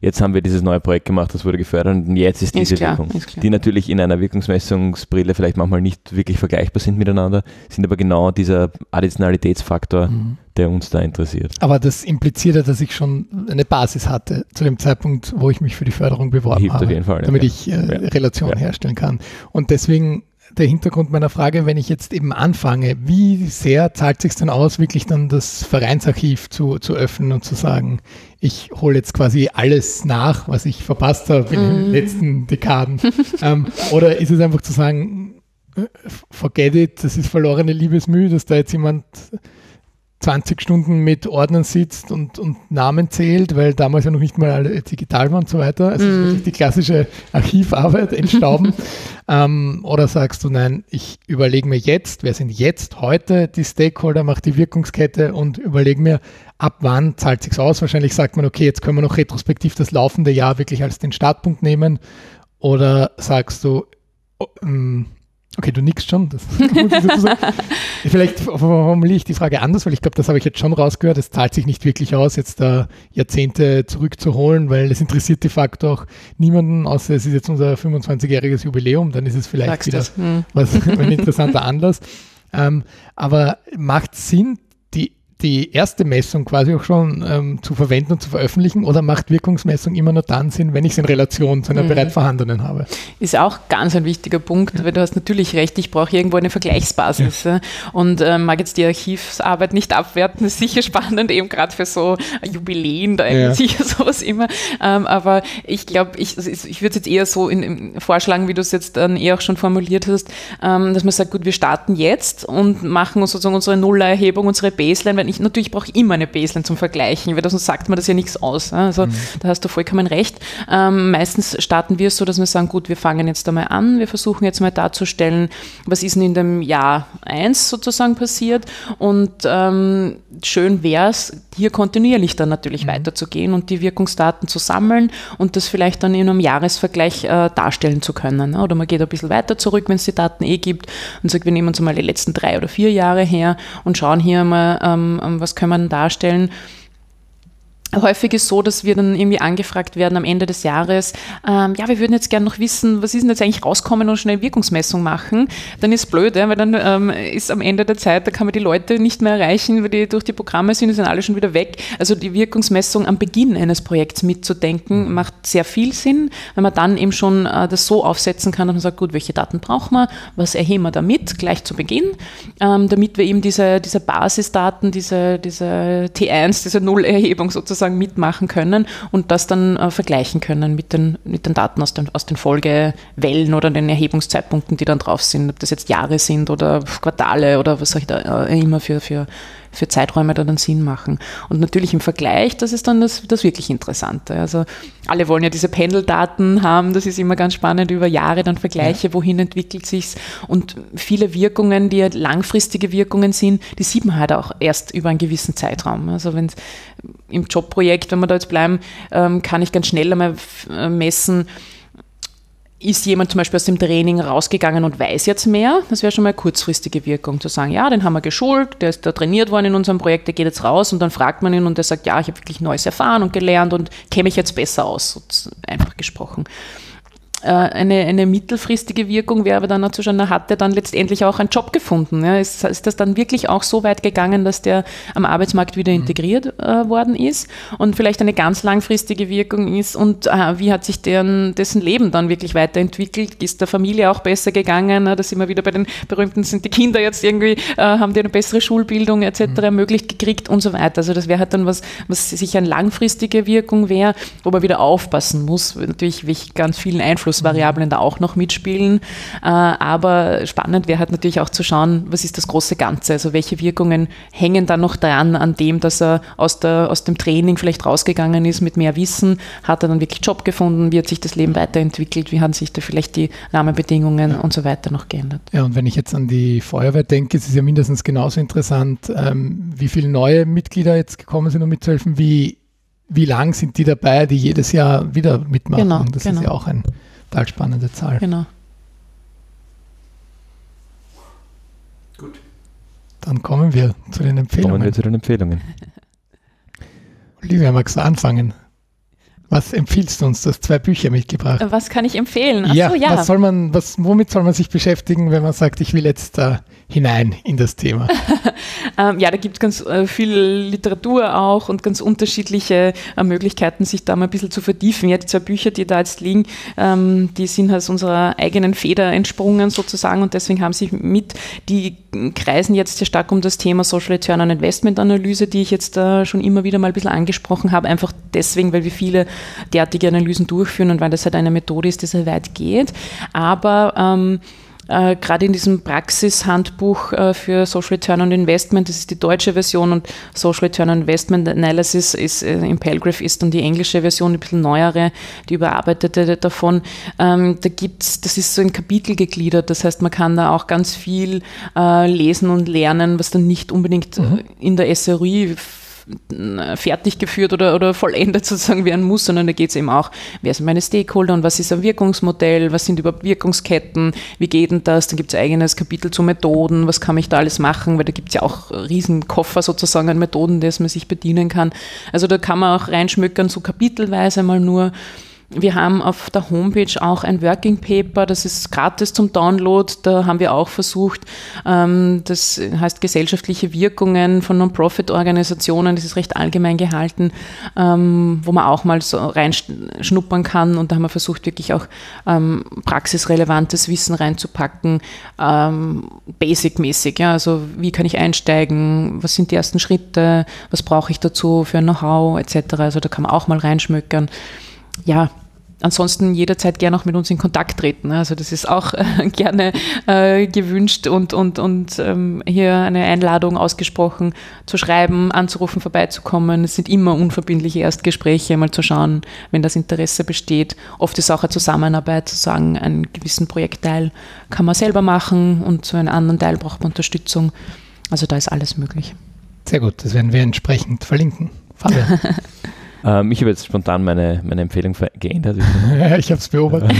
jetzt haben wir dieses neue Projekt gemacht, das wurde gefördert und jetzt ist diese Wirkung, die natürlich in einer Wirkungsmessungsbrille vielleicht manchmal nicht wirklich vergleichbar sind miteinander, sind aber genau dieser Additionalitätsfaktor, der uns da interessiert. Aber das impliziert ja, dass ich schon eine Basis hatte zu dem Zeitpunkt, wo ich mich für die Förderung beworben habe, auf jeden Fall, damit ich Relation herstellen kann. Und deswegen der Hintergrund meiner Frage, wenn ich jetzt eben anfange, wie sehr zahlt es sich denn aus, wirklich dann das Vereinsarchiv zu öffnen und zu sagen, ich hole jetzt quasi alles nach, was ich verpasst habe in den letzten Dekaden. Oder ist es einfach zu sagen, forget it, das ist verlorene Liebesmüh, dass da jetzt jemand 20 Stunden mit Ordnern sitzt und Namen zählt, weil damals ja noch nicht mal alle digital waren und so weiter. Also wirklich die klassische Archivarbeit entstauben. Oder sagst du, nein, ich überlege mir jetzt, wer sind jetzt heute die Stakeholder, mache die Wirkungskette und überlege mir, ab wann zahlt es sich aus? Wahrscheinlich sagt man, okay, jetzt können wir noch retrospektiv das laufende Jahr wirklich als den Startpunkt nehmen. Oder sagst du, okay, du nickst schon. Das muss ich sozusagen. Vielleicht formuliere ich die Frage anders, weil ich glaube, das habe ich jetzt schon rausgehört. Es zahlt sich nicht wirklich aus, jetzt da Jahrzehnte zurückzuholen, weil es interessiert de facto auch niemanden, außer es ist jetzt unser 25-jähriges Jubiläum, dann ist es vielleicht wieder ein interessanter Anlass. Aber macht Sinn, die erste Messung quasi auch schon zu verwenden und zu veröffentlichen, oder macht Wirkungsmessung immer nur dann Sinn, wenn ich es in Relation zu einer bereits vorhandenen habe? Ist auch ganz ein wichtiger Punkt, weil du hast natürlich recht, ich brauche irgendwo eine Vergleichsbasis. Ja. Und mag jetzt die Archivsarbeit nicht abwerten, ist sicher spannend, eben gerade für so Jubiläen, da eigentlich sicher sowas immer. Aber ich glaube, ich würde es jetzt eher so vorschlagen, wie du es jetzt dann eher auch schon formuliert hast, dass man sagt, gut, wir starten jetzt und machen sozusagen unsere Nullerhebung, unsere Baseline, weil natürlich brauche ich immer eine Baseline zum Vergleichen, weil sonst sagt man das ja nichts aus. Also da hast du vollkommen recht. Meistens starten wir es so, dass wir sagen, gut, wir fangen jetzt einmal an, wir versuchen jetzt mal darzustellen, was ist denn in dem Jahr 1 sozusagen passiert, und schön wäre es, hier kontinuierlich dann natürlich weiterzugehen und die Wirkungsdaten zu sammeln und das vielleicht dann in einem Jahresvergleich darstellen zu können. Oder man geht ein bisschen weiter zurück, wenn es die Daten gibt, und sagt, wir nehmen uns mal die letzten 3 oder 4 Jahre her und schauen hier mal, was können wir denn darstellen. Häufig ist so, dass wir dann irgendwie angefragt werden am Ende des Jahres, wir würden jetzt gerne noch wissen, was ist denn jetzt eigentlich rauskommen und schnell Wirkungsmessung machen. Dann ist es blöd, weil dann ist am Ende der Zeit, da kann man die Leute nicht mehr erreichen, weil die durch die Programme sind, die sind alle schon wieder weg. Also die Wirkungsmessung am Beginn eines Projekts mitzudenken, macht sehr viel Sinn, weil man dann eben schon das so aufsetzen kann, dass man sagt, gut, welche Daten brauchen wir, was erheben wir damit, gleich zu Beginn, damit wir eben diese Basisdaten, diese T1, diese Nullerhebung sozusagen mitmachen können und das dann vergleichen können mit den Daten aus den Folgewellen oder den Erhebungszeitpunkten, die dann drauf sind, ob das jetzt Jahre sind oder Quartale oder was auch immer für Zeiträume da dann Sinn machen. Und natürlich im Vergleich, das ist dann das wirklich Interessante. Also alle wollen ja diese Pendeldaten haben, das ist immer ganz spannend, über Jahre dann Vergleiche, wohin entwickelt sich's, und viele Wirkungen, die ja langfristige Wirkungen sind, die sieht man halt auch erst über einen gewissen Zeitraum. Also wenn im Jobprojekt, wenn wir da jetzt bleiben, kann ich ganz schnell einmal messen, ist jemand zum Beispiel aus dem Training rausgegangen und weiß jetzt mehr? Das wäre schon mal eine kurzfristige Wirkung, zu sagen, ja, den haben wir geschult, der ist da trainiert worden in unserem Projekt, der geht jetzt raus, und dann fragt man ihn und der sagt, ja, ich habe wirklich Neues erfahren und gelernt und kenne mich jetzt besser aus, einfach gesprochen. Eine mittelfristige Wirkung wäre aber dann zu schauen, hat der dann letztendlich auch einen Job gefunden? Ja? Ist das dann wirklich auch so weit gegangen, dass der am Arbeitsmarkt wieder integriert worden ist? Und vielleicht eine ganz langfristige Wirkung ist, und wie hat sich dessen Leben dann wirklich weiterentwickelt? Ist der Familie auch besser gegangen? Da sind wir wieder bei den berühmten, sind die Kinder jetzt irgendwie, haben die eine bessere Schulbildung etc. ermöglicht gekriegt und so weiter. Also das wäre halt dann was sicher eine langfristige Wirkung wäre, wo man wieder aufpassen muss, natürlich welche ganz vielen Einflussvariablen da auch noch mitspielen. Aber spannend wäre halt natürlich auch zu schauen, was ist das große Ganze? Also welche Wirkungen hängen dann noch dran an dem, dass er aus dem Training vielleicht rausgegangen ist mit mehr Wissen? Hat er dann wirklich Job gefunden? Wie hat sich das Leben weiterentwickelt? Wie haben sich da vielleicht die Rahmenbedingungen und so weiter noch geändert? Ja, und wenn ich jetzt an die Feuerwehr denke, ist es ja mindestens genauso interessant, wie viele neue Mitglieder jetzt gekommen sind, um mitzuhelfen, wie lang sind die dabei, die jedes Jahr wieder mitmachen? Genau, das ist ja auch eine total spannende Zahl. Genau. Gut. Dann kommen wir zu den Empfehlungen. Olivia, magst du anfangen? Was empfiehlst du uns? Du hast 2 Bücher mitgebracht. Was kann ich empfehlen? Ach ja, so, ja. Womit soll man sich beschäftigen, wenn man sagt, ich will jetzt da hinein in das Thema? Ja, da gibt es ganz viel Literatur auch und ganz unterschiedliche Möglichkeiten, sich da mal ein bisschen zu vertiefen. Ja, die 2 Bücher, die da jetzt liegen, die sind aus unserer eigenen Feder entsprungen sozusagen und deswegen haben sie die kreisen jetzt sehr stark um das Thema Social Return on Investment Analyse, die ich jetzt schon immer wieder mal ein bisschen angesprochen habe, einfach deswegen, weil wir viele derartige Analysen durchführen und weil das halt eine Methode ist, die sehr weit geht. Aber gerade in diesem Praxishandbuch für Social Return on Investment, das ist die deutsche Version und Social Return on Investment Analysis ist im Palgrave ist dann die englische Version, ein bisschen neuere, die überarbeitete davon. Das ist so in Kapitel gegliedert, das heißt, man kann da auch ganz viel lesen und lernen, was dann nicht unbedingt in der SRI fertig geführt oder vollendet sozusagen werden muss, sondern da geht es eben auch, wer sind meine Stakeholder und was ist ein Wirkungsmodell, was sind überhaupt Wirkungsketten, wie geht denn das, dann gibt es ein eigenes Kapitel zu Methoden, was kann ich da alles machen, weil da gibt es ja auch riesen Koffer sozusagen an Methoden, dass man sich bedienen kann. Also da kann man auch reinschmökern, so kapitelweise mal nur. Wir haben auf der Homepage auch ein Working Paper, das ist gratis zum Download. Da haben wir auch versucht, das heißt gesellschaftliche Wirkungen von Non-Profit-Organisationen, das ist recht allgemein gehalten, wo man auch mal so reinschnuppern kann. Und da haben wir versucht, wirklich auch praxisrelevantes Wissen reinzupacken, basic-mäßig. Ja, also wie kann ich einsteigen, was sind die ersten Schritte, was brauche ich dazu für ein Know-how etc. Also da kann man auch mal reinschmökern. Ja, ansonsten jederzeit gerne auch mit uns in Kontakt treten. Also das ist auch gerne gewünscht und hier eine Einladung ausgesprochen, zu schreiben, anzurufen, vorbeizukommen. Es sind immer unverbindliche Erstgespräche, mal zu schauen, wenn das Interesse besteht. Oft ist auch eine Zusammenarbeit, zu sagen, einen gewissen Projektteil kann man selber machen und zu einem anderen Teil braucht man Unterstützung. Also da ist alles möglich. Sehr gut, das werden wir entsprechend verlinken. Fabian. Ich habe jetzt spontan meine Empfehlung geändert. Ich habe es beobachtet.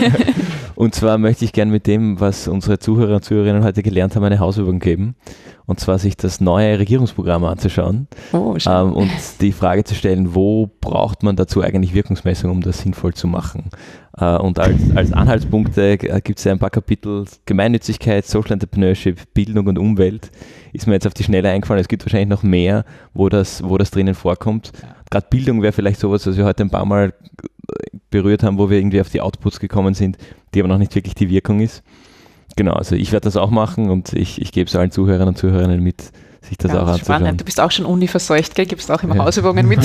Und zwar möchte ich gerne mit dem, was unsere Zuhörer und Zuhörerinnen heute gelernt haben, eine Hausübung geben. Und zwar sich das neue Regierungsprogramm anzuschauen und die Frage zu stellen, wo braucht man dazu eigentlich Wirkungsmessung, um das sinnvoll zu machen. Und als Anhaltspunkte gibt es ja ein paar Kapitel Gemeinnützigkeit, Social Entrepreneurship, Bildung und Umwelt. Ist mir jetzt auf die Schnelle eingefallen, es gibt wahrscheinlich noch mehr, wo das drinnen vorkommt. Gerade Bildung wäre vielleicht sowas, was wir heute ein paar Mal berührt haben, wo wir irgendwie auf die Outputs gekommen sind, die aber noch nicht wirklich die Wirkung ist. Genau, also ich werde das auch machen und ich gebe es allen Zuhörern und Zuhörerinnen mit, sich das auch anzuschauen. Spannend. Du bist auch schon universeucht, gell? Gibst auch immer Hausübungen mit.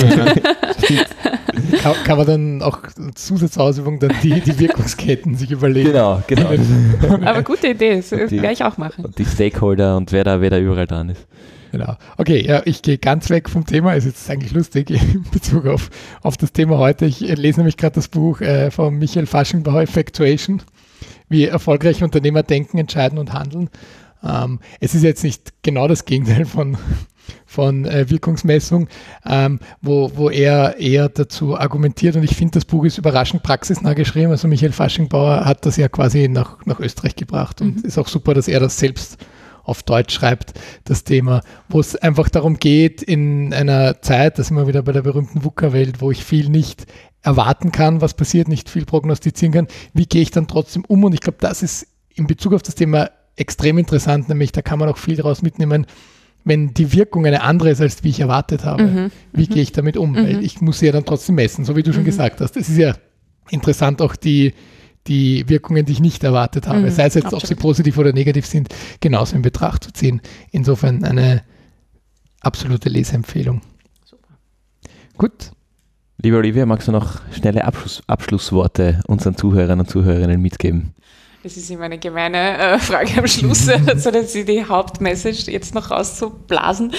Kann man dann auch Zusatzausübungen dann die Wirkungsketten sich überlegen? Genau. Aber gute Idee, das werde ich auch machen. Und die Stakeholder und wer da überall dran ist. Genau. Okay, ja, ich gehe ganz weg vom Thema. Ist jetzt eigentlich lustig in Bezug auf das Thema heute. Ich lese nämlich gerade das Buch von Michael Faschingbauer, Effectuation, wie erfolgreiche Unternehmer denken, entscheiden und handeln. Es ist jetzt nicht genau das Gegenteil von Wirkungsmessung, wo er eher dazu argumentiert, und ich finde, das Buch ist überraschend praxisnah geschrieben. Also Michael Faschingbauer hat das ja quasi nach Österreich gebracht und ist auch super, dass er das selbst auf Deutsch schreibt, das Thema, wo es einfach darum geht, in einer Zeit, da sind wir wieder bei der berühmten VUCA-Welt, wo ich viel nicht erwarten kann, was passiert, nicht viel prognostizieren kann, wie gehe ich dann trotzdem um? Und ich glaube, das ist in Bezug auf das Thema extrem interessant, nämlich da kann man auch viel daraus mitnehmen, wenn die Wirkung eine andere ist, als wie ich erwartet habe. Wie gehe ich damit um? Weil ich muss sie ja dann trotzdem messen, so wie du schon gesagt hast. Es ist ja interessant, auch die Wirkungen, die ich nicht erwartet habe, sei es jetzt, ob sie positiv oder negativ sind, genauso in Betracht zu ziehen. Insofern eine absolute Leseempfehlung. Super. Gut. Liebe Olivia, magst du noch schnelle Abschlussworte unseren Zuhörern und Zuhörerinnen mitgeben? Das ist immer eine gemeine Frage am Schluss, so dass Sie die Hauptmessage jetzt noch rauszublasen.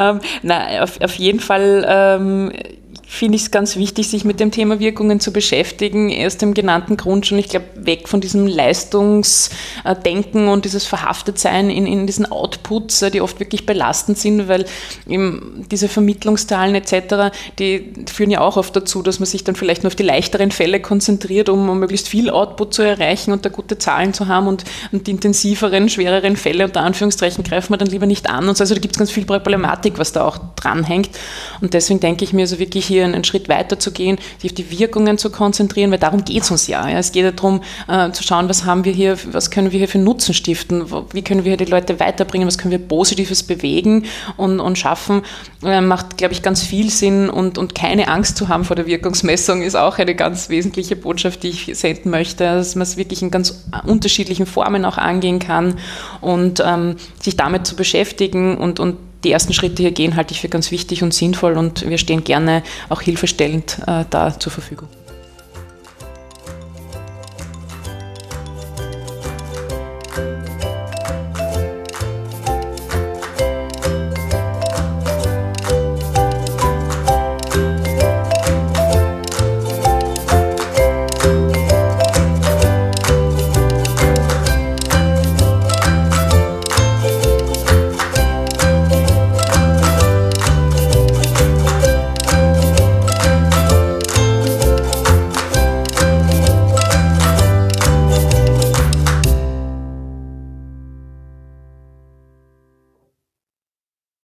Auf jeden Fall finde ich es ganz wichtig, sich mit dem Thema Wirkungen zu beschäftigen, aus dem genannten Grund schon. Ich glaube, weg von diesem Leistungsdenken und dieses Verhaftetsein in diesen Outputs, die oft wirklich belastend sind, weil eben diese Vermittlungszahlen etc., die führen ja auch oft dazu, dass man sich dann vielleicht nur auf die leichteren Fälle konzentriert, um möglichst viel Output zu erreichen und da gute Zahlen zu haben und die intensiveren, schwereren Fälle unter Anführungszeichen greifen wir dann lieber nicht an. Und so. Also da gibt es ganz viel Problematik, was da auch dranhängt. Und deswegen denke ich mir, so wirklich hier einen Schritt weiter zu gehen, sich auf die Wirkungen zu konzentrieren, weil darum geht es uns ja. Es geht ja darum, zu schauen, was haben wir hier, was können wir hier für Nutzen stiften, wie können wir hier die Leute weiterbringen, was können wir Positives bewegen und schaffen. Macht, glaube ich, ganz viel Sinn und keine Angst zu haben vor der Wirkungsmessung ist auch eine ganz wesentliche Botschaft, die ich senden möchte, dass man es wirklich in ganz unterschiedlichen Formen auch angehen kann und sich damit zu beschäftigen und die ersten Schritte hier gehen, halte ich für ganz wichtig und sinnvoll und wir stehen gerne auch hilfestellend da zur Verfügung.